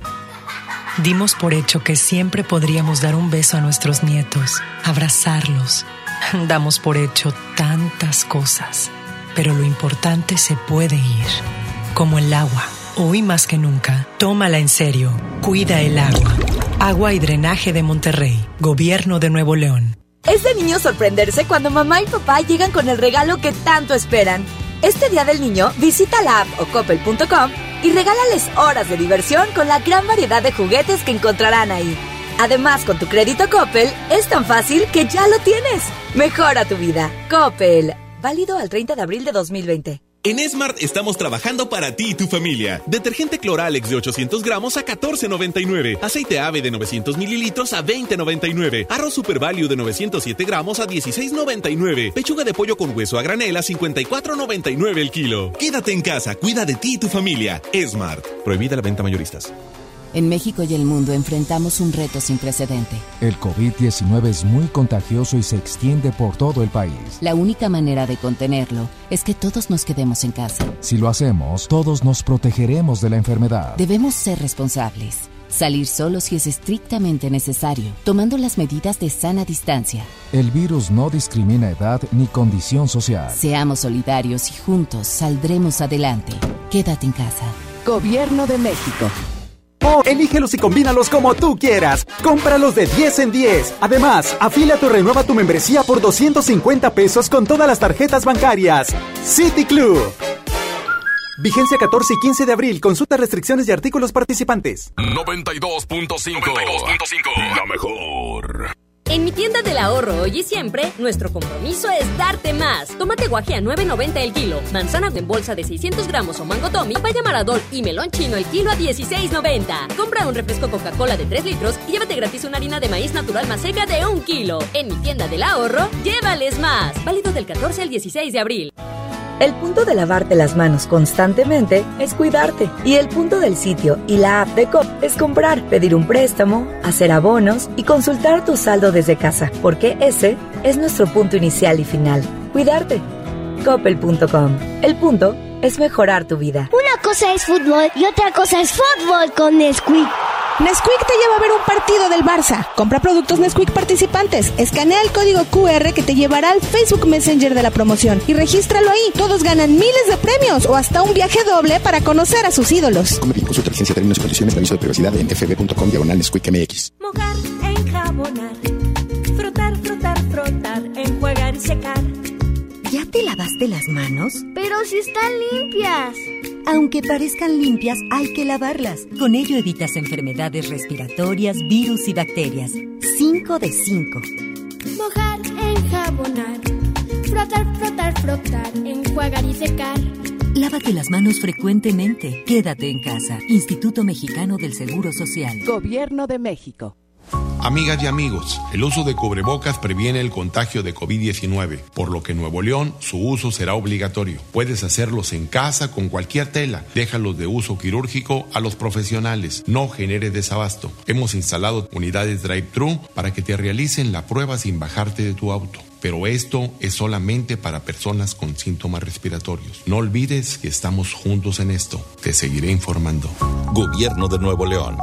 Dimos por hecho que siempre podríamos dar un beso a nuestros nietos, abrazarlos. Damos por hecho tantas cosas, pero lo importante se puede ir, como el agua. Hoy más que nunca, tómala en serio. Cuida el agua. Agua y Drenaje de Monterrey. Gobierno de Nuevo León. Es de niño sorprenderse cuando mamá y papá llegan con el regalo que tanto esperan. Este Día del Niño, visita la app o coppel.com y regálales horas de diversión con la gran variedad de juguetes que encontrarán ahí. Además, con tu crédito Coppel, es tan fácil que ya lo tienes. Mejora tu vida. Coppel. Válido al 30 de abril de 2020. En Smart estamos trabajando para ti y tu familia. Detergente Cloralex de 800 gramos a $14.99. Aceite Ave de 900 mililitros a $20.99. Arroz Super Value de 907 gramos a $16.99. Pechuga de pollo con hueso a granel a $54.99 el kilo. Quédate en casa, cuida de ti y tu familia. Smart. Prohibida la venta mayoristas. En México y el mundo enfrentamos un reto sin precedente. El COVID-19 es muy contagioso y se extiende por todo el país. La única manera de contenerlo es que todos nos quedemos en casa. Si lo hacemos, todos nos protegeremos de la enfermedad. Debemos ser responsables. Salir solo si es estrictamente necesario, tomando las medidas de sana distancia. El virus no discrimina edad ni condición social. Seamos solidarios y juntos saldremos adelante. Quédate en casa. Gobierno de México. Elígelos y combínalos como tú quieras. Cómpralos de 10 en 10. Además, afíliate o renueva tu membresía por $250 con todas las tarjetas bancarias. City Club. Vigencia 14 y 15 de abril. Consulta restricciones y artículos participantes. 92.5. La mejor. En mi tienda del ahorro hoy y siempre, nuestro compromiso es darte más. Tómate guajé a $9.90 el kilo, manzana en bolsa de 600 gramos o mango Tommy, papaya maradol y melón chino el kilo a $16.90. Compra un refresco Coca-Cola de 3 litros y llévate gratis una harina de maíz natural más seca de 1 kilo. En mi tienda del ahorro, llévales más. Válido del 14 al 16 de abril. El punto de lavarte las manos constantemente es cuidarte. Y el punto del sitio y la app de Coppel es comprar, pedir un préstamo, hacer abonos y consultar tu saldo desde casa. Porque ese es nuestro punto inicial y final. Cuidarte. Coppel.com. El punto es mejorar tu vida. Una cosa es fútbol y otra cosa es fútbol con Nesquik. Nesquik te lleva a ver un partido del Barça. Compra productos Nesquik participantes. Escanea el código QR que te llevará al Facebook Messenger de la promoción y regístralo ahí. Todos ganan miles de premios o hasta un viaje doble para conocer a sus ídolos. Consulta licencia, términos y condiciones de aviso de privacidad en fb.com/Nesquik-MX. Mojar, enjabonar, frotar, frotar, frotar, enjuagar y secar. ¿Ya te lavaste las manos? Pero si están limpias. Aunque parezcan limpias, hay que lavarlas. Con ello evitas enfermedades respiratorias, virus y bacterias. 5 de 5. Mojar, enjabonar, frotar, frotar, frotar, enjuagar y secar. Lávate las manos frecuentemente. Quédate en casa. Instituto Mexicano del Seguro Social. Gobierno de México. Amigas y amigos, el uso de cubrebocas previene el contagio de COVID-19, por lo que en Nuevo León su uso será obligatorio. Puedes hacerlos en casa con cualquier tela. Déjalos de uso quirúrgico a los profesionales. No genere desabasto. Hemos instalado unidades drive-thru para que te realicen la prueba sin bajarte de tu auto. Pero esto es solamente para personas con síntomas respiratorios. No olvides que estamos juntos en esto. Te seguiré informando. Gobierno de Nuevo León.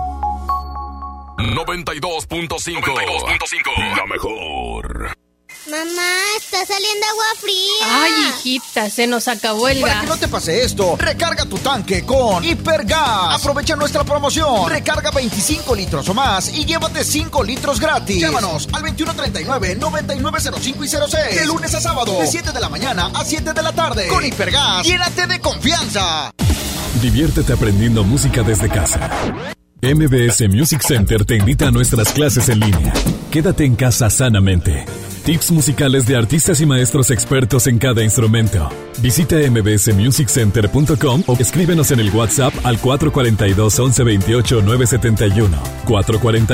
92.5. La mejor. Mamá, está saliendo agua fría. Ay, hijita, se nos acabó el gas. Para que no te pase esto, recarga tu tanque con Hipergas. Aprovecha nuestra promoción. Recarga 25 litros o más y llévate 5 litros gratis. Llámanos al 2139-9905 y 06. De lunes a sábado, de 7 de la mañana a 7 de la tarde. Con Hipergas, llénate de confianza. Diviértete aprendiendo música desde casa. MBS Music Center te invita a nuestras clases en línea. Quédate en casa sanamente. Tips musicales de artistas y maestros expertos en cada instrumento. Visita mbsmusiccenter.com o escríbenos en el WhatsApp al 442-1128-971.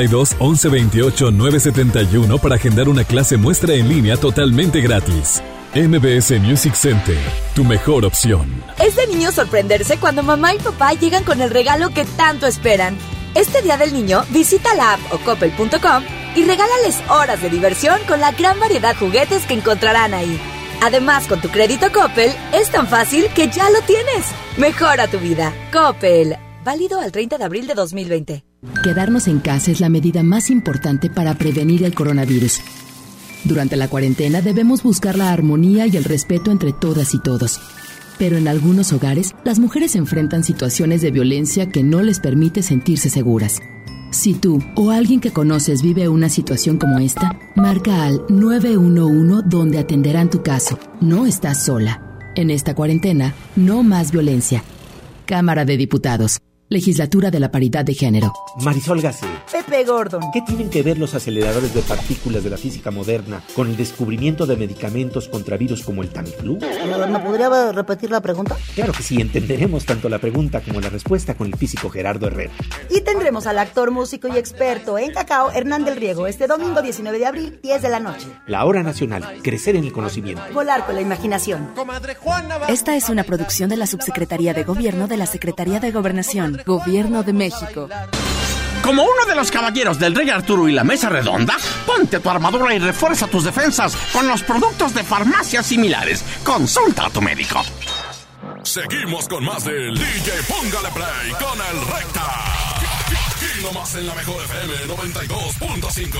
442-1128-971 para agendar una clase muestra en línea totalmente gratis. MBS Music Center, tu mejor opción. Es de niño sorprenderse cuando mamá y papá llegan con el regalo que tanto esperan. Este Día del Niño, visita la app o coppel.com y regálales horas de diversión con la gran variedad de juguetes que encontrarán ahí. Además, con tu crédito Coppel, es tan fácil que ya lo tienes. Mejora tu vida. Coppel. Válido al 30 de abril de 2020. Quedarnos en casa es la medida más importante para prevenir el coronavirus. Durante la cuarentena debemos buscar la armonía y el respeto entre todas y todos. Pero en algunos hogares, las mujeres enfrentan situaciones de violencia que no les permite sentirse seguras. Si tú o alguien que conoces vive una situación como esta, marca al 911 donde atenderán tu caso. No estás sola. En esta cuarentena, no más violencia. Cámara de Diputados. Legislatura de la Paridad de Género. Marisol Gacé. Pepe Gordon. ¿Qué tienen que ver los aceleradores de partículas de la física moderna con el descubrimiento de medicamentos contra virus como el Tamiflu? ¿Me podría repetir la pregunta? Claro que sí, entenderemos tanto la pregunta como la respuesta con el físico Gerardo Herrera. Y tendremos al actor, músico y experto en cacao, Hernán del Riego, este domingo 19 de abril, 10 de la noche. La hora nacional, crecer en el conocimiento. Volar con la imaginación. Esta es una producción de la Subsecretaría de Gobierno de la Secretaría de Gobernación. Gobierno de México. Como uno de los caballeros del Rey Arturo y la Mesa Redonda, ponte tu armadura y refuerza tus defensas con los productos de farmacias similares. Consulta a tu médico. Seguimos con más del DJ Póngale Play con el Recta. Aquí nomás en la mejor FM 92.5.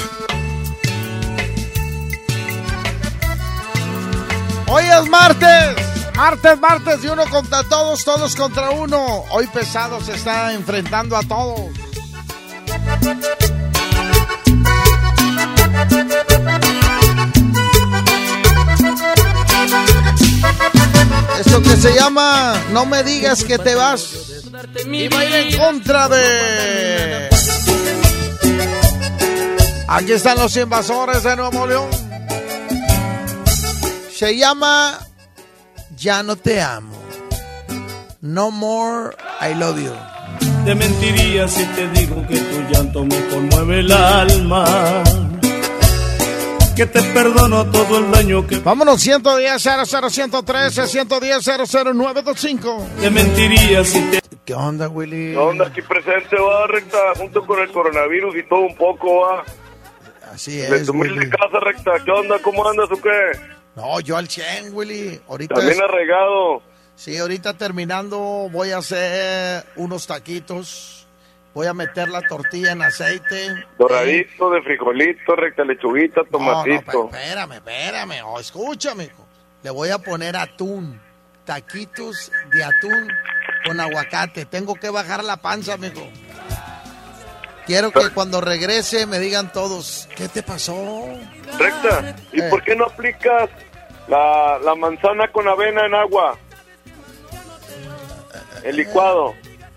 Hoy es martes. Martes, y uno contra todos, todos contra uno. Hoy Pesado se está enfrentando a todos. Esto que se llama No me digas que te vas. Y va a ir en contra de... Aquí están los invasores de Nuevo León. Se llama... Ya no te amo. No more, I love you. Te mentiría si te digo que tu llanto me conmueve el alma. Que te perdono todo el daño que... Vámonos, 110-00-113, 110-00925. Te mentiría si te... ¿Qué onda, Willy? ¿Qué onda? Aquí presente, va, Recta, junto con el coronavirus y todo un poco, va. Así es, de tu humilde casa, Recta. ¿Qué onda? ¿Cómo andas o qué? No, yo al 100, Willy. Ahorita también arregado. Sí, ahorita terminando voy a hacer unos taquitos. Voy a meter la tortilla en aceite. Doradito, de frijolito, Recta, lechuguita, tomatito. No, espérame. Oh, escúchame, hijo. Le voy a poner atún. Taquitos de atún con aguacate. Tengo que bajar la panza, mijo. Quiero que cuando regrese me digan todos, ¿qué te pasó? Recta, ¿y por qué no aplicas la manzana con avena en agua? El licuado.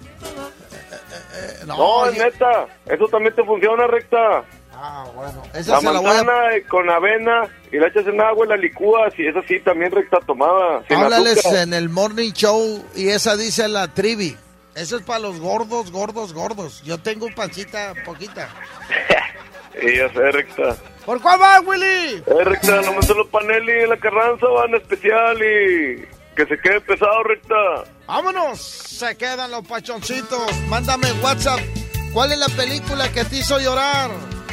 No, es neta. Eso también te funciona, Recta. Ah, bueno. La manzana con avena y la echas en agua y la licúas y esa sí también, Recta, tomada. Háblales en el Morning Show y esa dice la trivi. Eso es para los gordos. Yo tengo pancita poquita. Y ya sé, Recta. ¿Por cuál va, Willy? Recta, no me los Panelli en la Carranza van especial y que se quede pesado, Recta. Vámonos, se quedan los pachoncitos. Mándame WhatsApp. ¿Cuál es la película que te hizo llorar?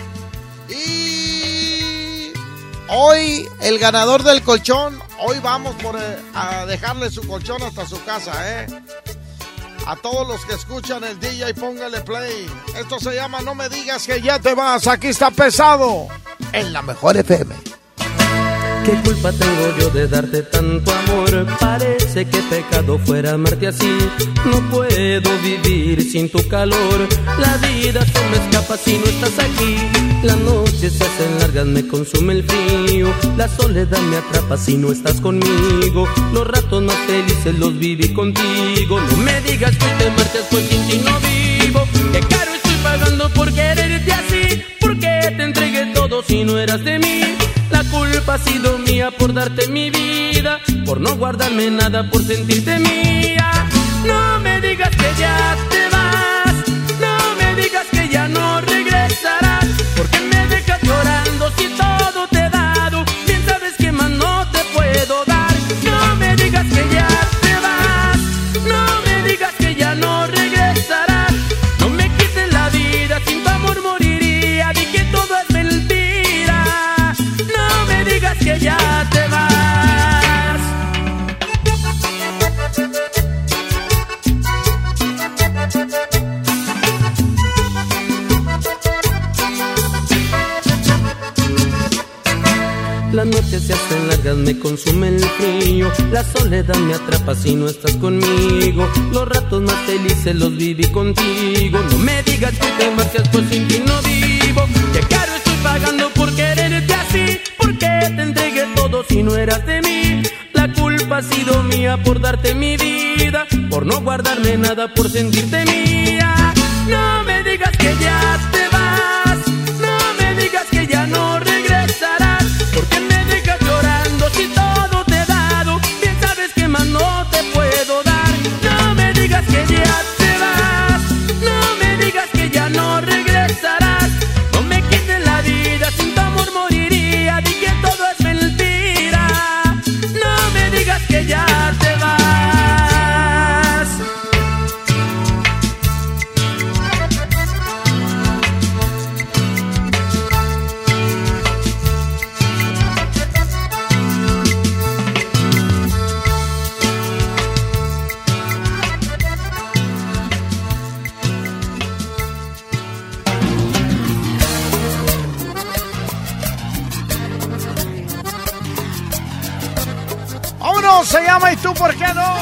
Y hoy el ganador del colchón. Hoy vamos a dejarle su colchón hasta su casa, A todos los que escuchan el DJ, póngale play. Esto se llama No me digas que ya te vas. Aquí está Pesado en la mejor FM. ¿Qué culpa tengo yo de darte tanto amor? Parece que pecado fuera amarte así. No puedo vivir sin tu calor. La vida se me escapa si no estás aquí. Las noches se hacen largas, me consume el frío. La soledad me atrapa si no estás conmigo. Los ratos más felices los viví contigo. No me digas que te marchas, pues sin ti no vivo. Qué caro estoy pagando por quererte así. ¿Por qué te entregué todo si no eras de mí? La culpa ha sido mía por darte mi vida, por no guardarme nada, por sentirte mía. No me digas que ya te vas, no me digas que ya no regresarás. ¿Por qué me dejas llorando si todo te he dado? Bien sabes que más no te puedo Las noches se hacen largas, me consume el frío. La soledad me atrapa si no estás conmigo. Los ratos más felices los viví contigo. No me digas que te marchas, pues sin ti no vivo. Qué caro estoy pagando por quererte así. ¿Por qué te entregué todo si no eras de mí? La culpa ha sido mía por darte mi vida, por no guardarme nada, por sentirte mía. No me digas que ya te vas, no me digas que ya no regresarás. ¿Por qué me dejas llorando si todo te he dado? Bien sabes que más no te puedo dar. No me digas que ya te vas, no me digas que ya no regresarás. No me quites la vida, sin tu amor moriría. Di que todo es mentira. No me digas que ya te vas. ¡Vámonos! Se llama ¿Y tú por qué no?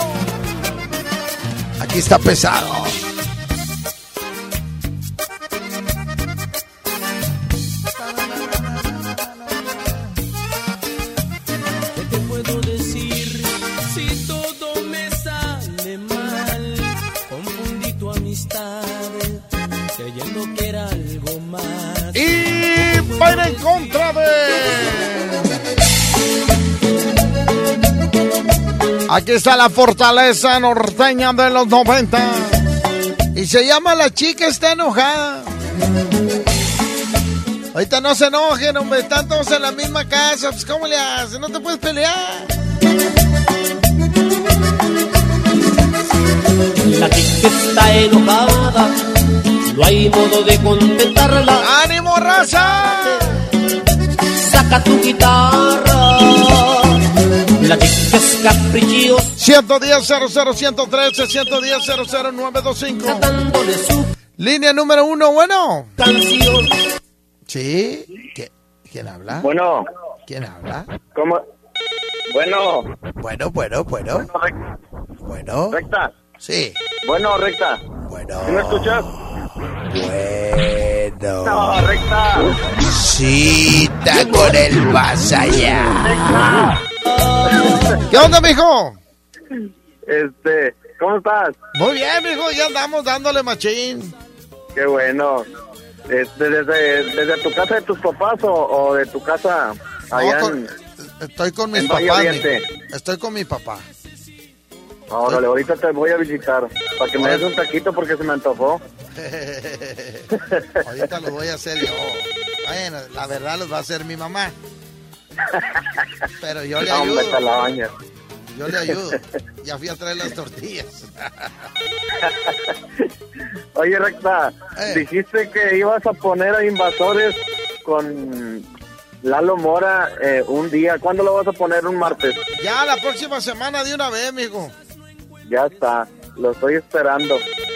Aquí está pesado. ¿Qué te puedo decir si todo me sale mal? Confundí tu amistad creyendo que era algo más. Y va a ir en contra de... Aquí está la fortaleza norteña de los 90. Y se llama La chica está enojada. Ahorita no se enojen, hombre. Están todos en la misma casa. Pues ¿cómo le haces? No te puedes pelear. La chica está enojada. No hay modo de contentarla. ¡Ánimo, raza! Saca tu guitarra. La chica es caprichosa. 110-00-113, 110-00-925. Línea número 1, bueno. Canción. ¿Sí? ¿Quién habla? Bueno. ¿Quién habla? ¿Cómo? Bueno. Bueno. Bueno. Recta. Sí. Bueno, recta. Bueno. ¿Sí me escuchas? Bueno. No, recta. Cita con el más allá. ¿Qué onda, mijo? ¿Cómo estás? Muy bien, mijo, ya andamos dándole machín. Qué bueno. ¿Desde tu casa de tus papás o de tu casa allá estoy con mis Valle papás. Oriente? Estoy con mi papá. Órale, ahorita te voy a visitar para que me des un taquito porque se me antojó. Ahorita lo voy a hacer yo. Bueno, la verdad los va a hacer mi mamá. Pero yo le ayudo. Yo le ayudo. Ya fui a traer las tortillas. Oye, Recta, dijiste que ibas a poner a Invasores con Lalo Mora un día. ¿Cuándo lo vas a poner? ¿Un martes? Ya, la próxima semana de una vez, mijo. Ya está, lo estoy esperando.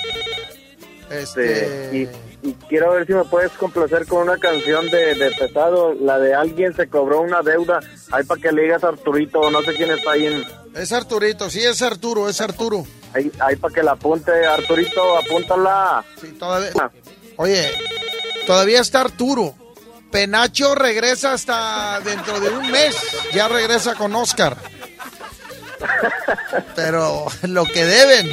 Y quiero ver si me puedes complacer con una canción de Pesado, la de Alguien se cobró una deuda. Ahí para que le digas a Arturito, no sé quién está ahí en... Es Arturito, sí, es Arturo. Ahí para que la apunte, Arturito, apúntala. Sí, todavía... Oye, todavía está Arturo. Penacho regresa hasta dentro de un mes, ya regresa con Oscar. Pero lo que deben.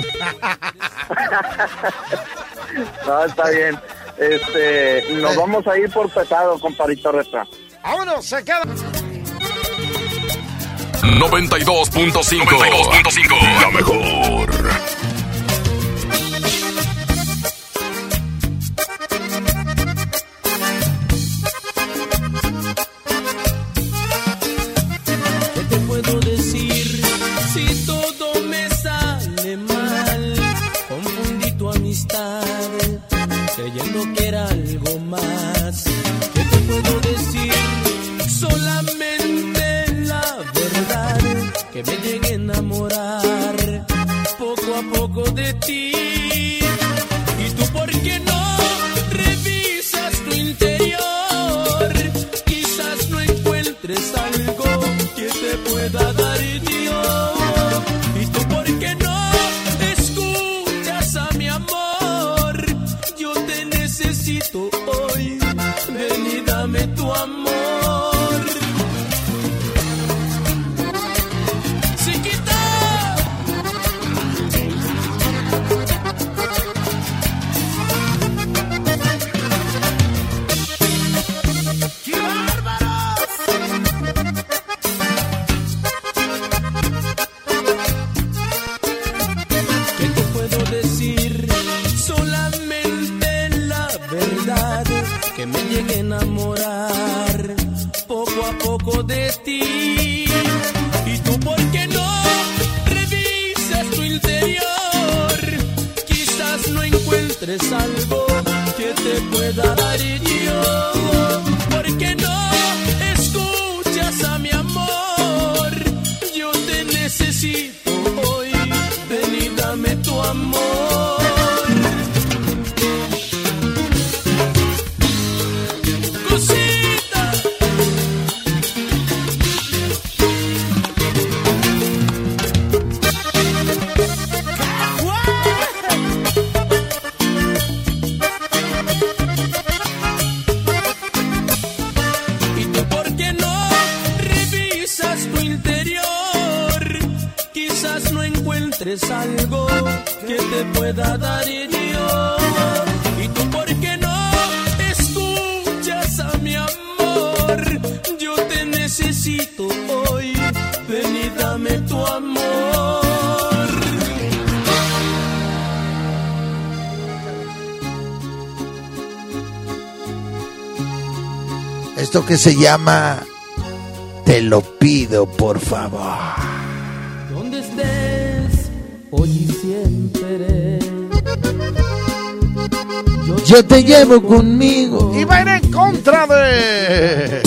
No, está bien. Nos vamos a ir por Pesado, compadrito Recta. Vámonos, se queda. 92.5. La mejor. ¿Qué te puedo decir si todo me sale mal? Confundí tu amistad creyendo que era algo más. ¿Qué te puedo decir? Solamente la verdad, que me llegué a enamorar poco a poco de ti. ¿Y tú por qué no revisas tu interior? Quizás no encuentres algo necesito hoy. Ven y dame tu amor. Que me llegue a enamorar poco a poco de ti. Y tú, ¿por qué no revisas tu interior? Quizás no encuentres algo que te pueda dar yo. ¿Por qué no escuchas a mi amor? Yo te necesito hoy. Ven y dame tu amor. Algo que te pueda dar yo. Y tú, ¿por qué no escuchas a mi amor? Yo te necesito hoy. Ven y dame tu amor. Esto que se llama Te lo pido, por favor. ¿Dónde estés? Hoy y siempre. Yo te llevo conmigo. Y va a ir en contra de...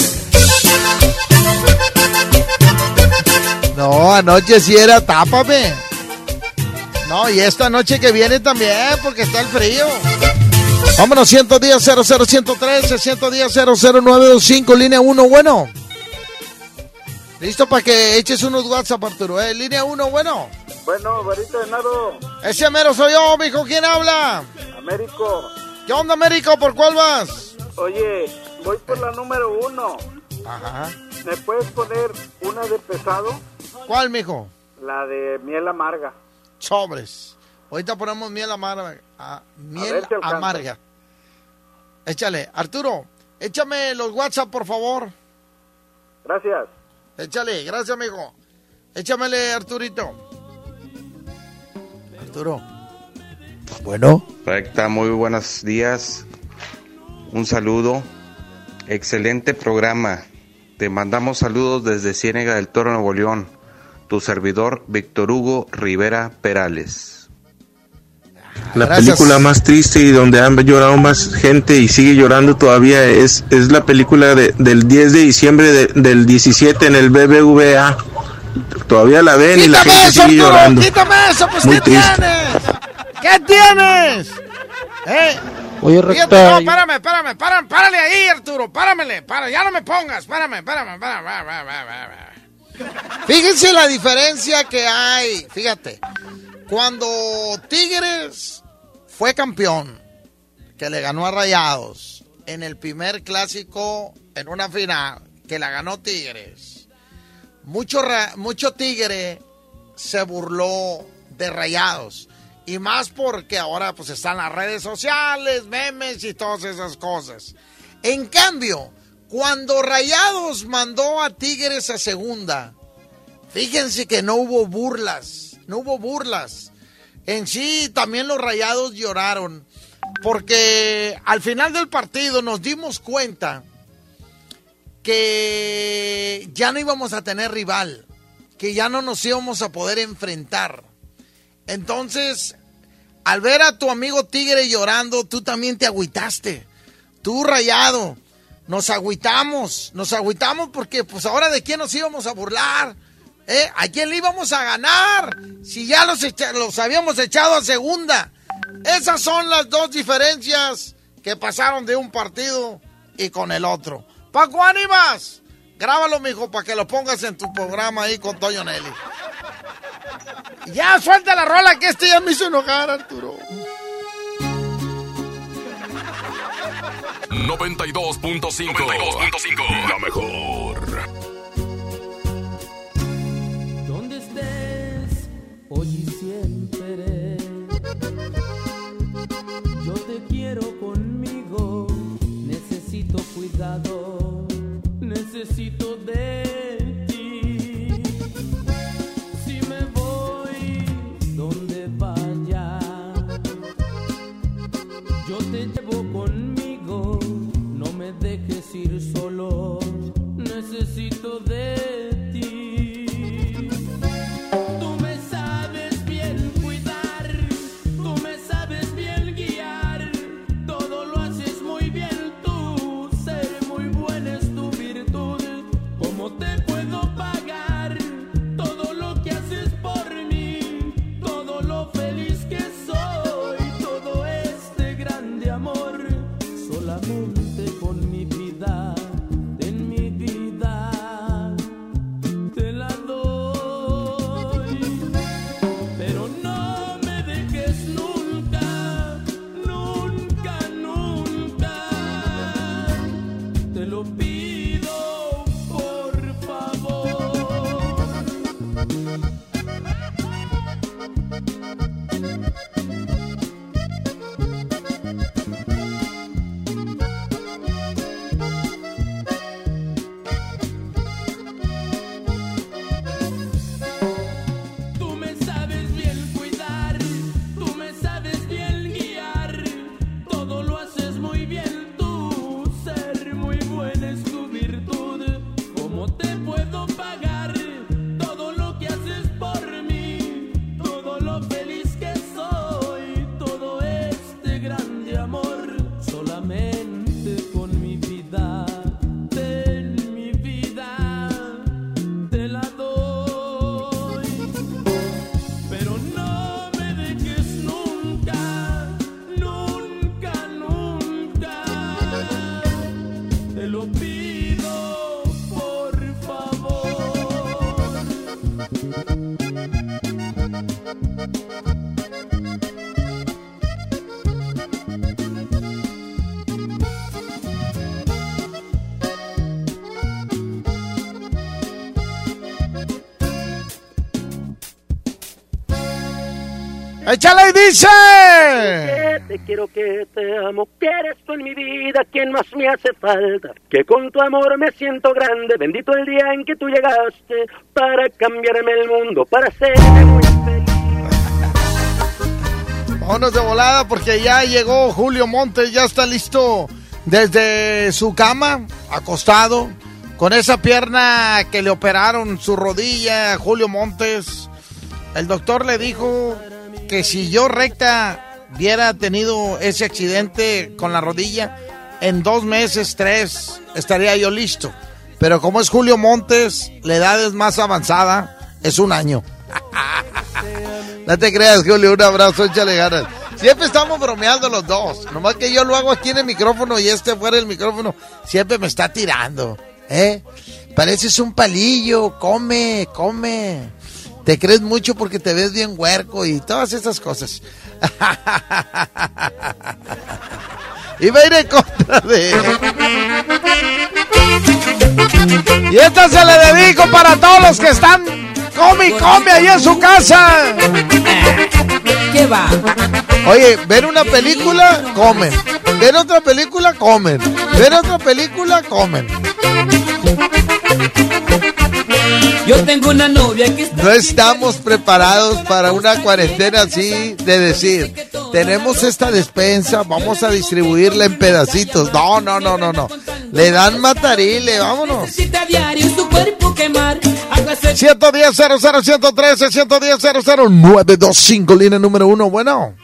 No, anoche sí era tápame. No, y esta noche que viene también, porque está el frío. Vámonos, 110-00-113, 110-00-925, línea 1, bueno. Listo para que eches unos WhatsApp, Arturo, línea 1, bueno. Bueno, Barito de Nado. Ese mero soy yo, mijo, ¿quién habla? Américo. ¿Qué onda, Américo? ¿Por cuál vas? Oye, voy por la número 1. Ajá. ¿Me puedes poner una de pesado? ¿Cuál, mijo? La de miel amarga. Sobres. Ahorita ponemos miel amarga. Miel amarga. Échale. Arturo, échame los WhatsApp, por favor. Gracias. Échale, gracias, mijo. Échamele, Arturito. Arturo. Bueno. Recta, muy buenos días. Un saludo. Excelente programa. Te mandamos saludos desde Ciénega del Toro, Nuevo León. Tu servidor, Víctor Hugo Rivera Perales. La película más triste y donde han llorado más gente y sigue llorando todavía es la película del 10 de diciembre del 17 en el BBVA. Todavía la ven y la gente eso, sigue Arturo, llorando. Quítame eso, pues Muy ¿qué triste. tienes? ¿Qué tienes? Oye, Fíjate, Recta. no, párale ahí, Arturo, páramele, ya no me pongas, párame. Fíjense la diferencia que hay, fíjate, cuando Tigres fue campeón, que le ganó a Rayados, en el primer clásico, en una final, que la ganó Tigres, mucho Tigre se burló de Rayados. Y más porque ahora pues están las redes sociales, memes y todas esas cosas. En cambio, cuando Rayados mandó a Tigres a segunda, fíjense que no hubo burlas. En sí, también los Rayados lloraron. Porque al final del partido nos dimos cuenta que ya no íbamos a tener rival, que ya no nos íbamos a poder enfrentar. Entonces, al ver a tu amigo Tigre llorando, tú también te agüitaste. Tú, Rayado, nos agüitamos porque pues ahora de quién nos íbamos a burlar, ¿a quién le íbamos a ganar? Si ya los habíamos echado a segunda. Esas son las dos diferencias que pasaron de un partido y con el otro. Paco Ánimas, grábalo, mijo, para que lo pongas en tu programa ahí con Toño Nelly. Ya, suelta la rola que ya me hizo enojar, Arturo. 92.5. La mejor. Donde estés, hoy y siempre, yo te quiero conmigo. Necesito cuidado, necesito de ti. Si me voy donde vaya, yo te llevo conmigo. No me dejes ir solo, necesito de ti. Tú me sabes bien cuidar, tú me sabes bien guiar, todo lo haces muy bien tú, ser muy buena es tu virtud. ¿Cómo te puedo pagar todo lo que haces por mí, todo lo feliz que soy, todo este grande amor? Solamente con mi vida, en mi vida, te la doy. Pero no me dejes nunca, nunca, nunca. Te lo pido, por favor. Tú me sabes bien cuidar, tú me sabes bien guiar, todo lo haces muy bien tú, ser muy buena es tu virtud. ¿Cómo te puedo pagar todo lo que haces por mí, todo lo feliz que soy, todo este grande amor? Solamente con mi vida, en mi vida, te la doy. Pero no me dejes nunca, nunca, nunca. Te lo pido, por favor. ¡Échale y dice! Te quiero, que te amo, que eres tú en mi vida quien más me hace falta, que con tu amor me siento grande, bendito el día en que tú llegaste para cambiarme el mundo, para hacerme muy feliz. Vámonos de volada porque ya llegó Julio Montes, ya está listo desde su cama, acostado, con esa pierna que le operaron su rodilla. Julio Montes, el doctor le dijo que si yo recta hubiera tenido ese accidente con la rodilla, en 2 meses, 3, estaría yo listo. Pero como es Julio Montes, la edad es más avanzada, es 1 año. No te creas, Julio, un abrazo, échale ganas. Siempre estamos bromeando los dos, nomás que yo lo hago aquí en el micrófono y fuera del micrófono siempre me está tirando, pareces un palillo, come. Te crees mucho porque te ves bien huerco y todas esas cosas. Y va a ir en contra de él. Y esta se le dedico para todos los que están come ahí en su casa. ¿Qué va? Oye, ven una película, comen. Ven otra película, comen. Ven otra película, comen. Yo tengo una novia que está... No estamos preparados para una cuarentena así de decir, tenemos esta despensa, vamos a distribuirla en pedacitos. No. Le dan matarile, vámonos. 110-00-113-110-00-925, línea número 1, bueno.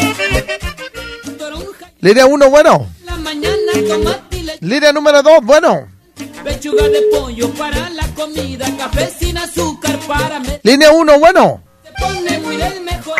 Línea 1, bueno. Línea número 2, bueno. Pechuga de pollo para la comida, café sin azúcar para... Línea 1, bueno. Se pone muy del mejor.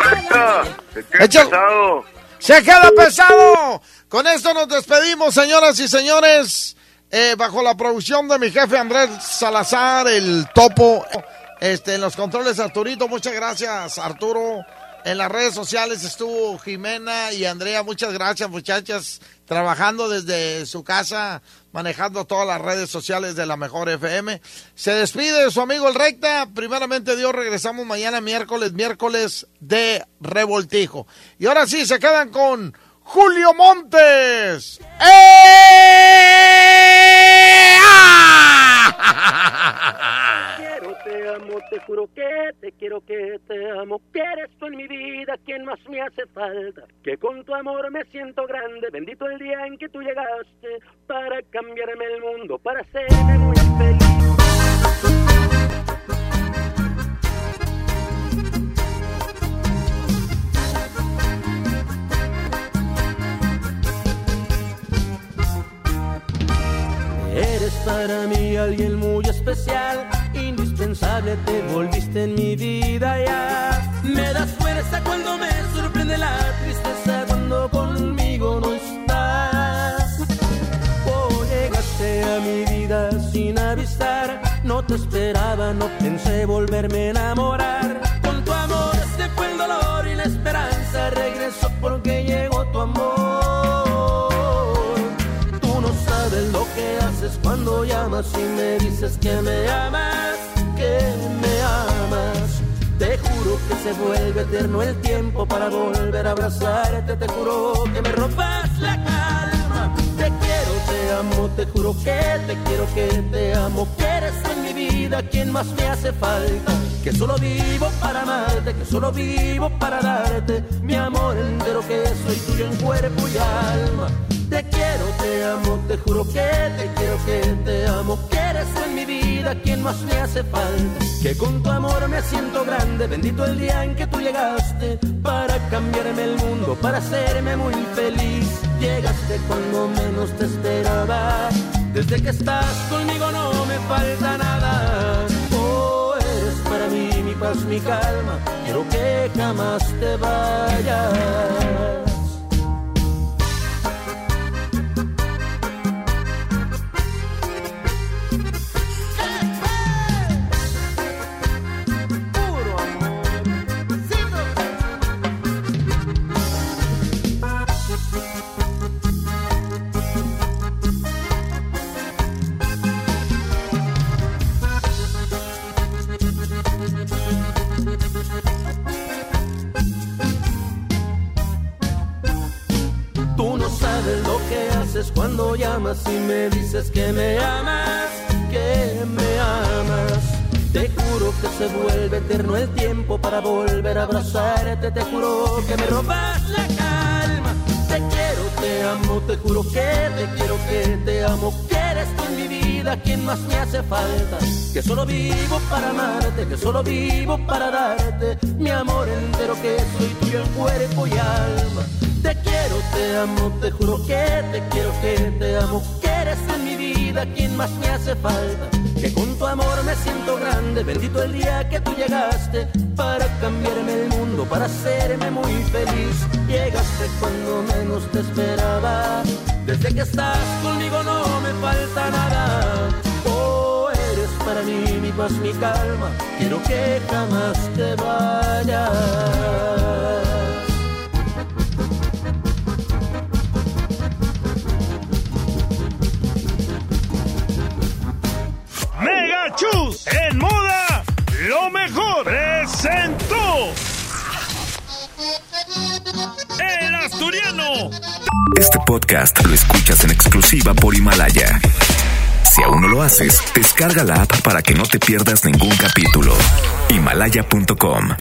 Se queda pesado. Con esto nos despedimos, señoras y señores. Bajo la producción de mi jefe Andrés Salazar, el topo. En los controles, Arturito, muchas gracias, Arturo. En las redes sociales estuvo Jimena y Andrea, muchas gracias, muchachas. trabajando desde su casa, manejando todas las redes sociales de la Mejor FM. Se despide su amigo el Recta. Primeramente Dios, regresamos mañana miércoles de Revoltijo. Y ahora sí, se quedan con Julio Montes. Te amo, te juro que te quiero, que te amo, que eres tú en mi vida quien más me hace falta, que con tu amor me siento grande, bendito el día en que tú llegaste para cambiarme el mundo, para hacerme muy feliz. Eres para mí alguien muy especial, indispensable, te volviste en mi vida ya. Me das fuerza cuando me sorprende la tristeza, cuando conmigo no estás. Oh, llegaste a mi vida sin avisar, no te esperaba, no pensé volverme a enamorar. Con tu amor se fue el dolor y la esperanza, regresó porque llegó tu amor. Lo que haces cuando llamas y me dices que me amas, que me amas. Te juro que se vuelve eterno el tiempo para volver a abrazarte. Te juro que me robas la calma. Te quiero, te amo, te juro que te quiero, que te amo, que eres en mi vida quien más me hace falta. Que solo vivo para amarte, que solo vivo para darte mi amor entero, que soy tuyo en cuerpo y alma. Te quiero, te amo, te juro que te quiero, que te amo, que eres en mi vida quien más me hace falta. Que con tu amor me siento grande, bendito el día en que tú llegaste para cambiarme el mundo, para hacerme muy feliz. Llegaste cuando menos te esperaba, desde que estás conmigo no me falta nada. Oh, eres para mí mi paz, mi calma, quiero que jamás te vayas. Cuando llamas y me dices que me amas, que me amas. Te juro que se vuelve eterno el tiempo para volver a abrazarte. Te juro que me robas la calma. Te quiero, te amo, te juro que te quiero, que te amo, que eres tú en mi vida quien más me hace falta. Que solo vivo para amarte, que solo vivo para darte mi amor entero, que soy tuyo en cuerpo y alma. Te quiero, te amo, te juro que te quiero, que te amo, que eres en mi vida quien más me hace falta. Que con tu amor me siento grande, bendito el día que tú llegaste para cambiarme el mundo, para hacerme muy feliz. Llegaste cuando menos te esperaba, desde que estás conmigo no me falta nada. Oh, eres para mí mi paz, mi calma, quiero que jamás te vayas. Mega Chus en moda, lo mejor presentó El Asturiano. Este podcast lo escuchas en exclusiva por Himalaya. Si aún no lo haces, descarga la app para que no te pierdas ningún capítulo. Himalaya.com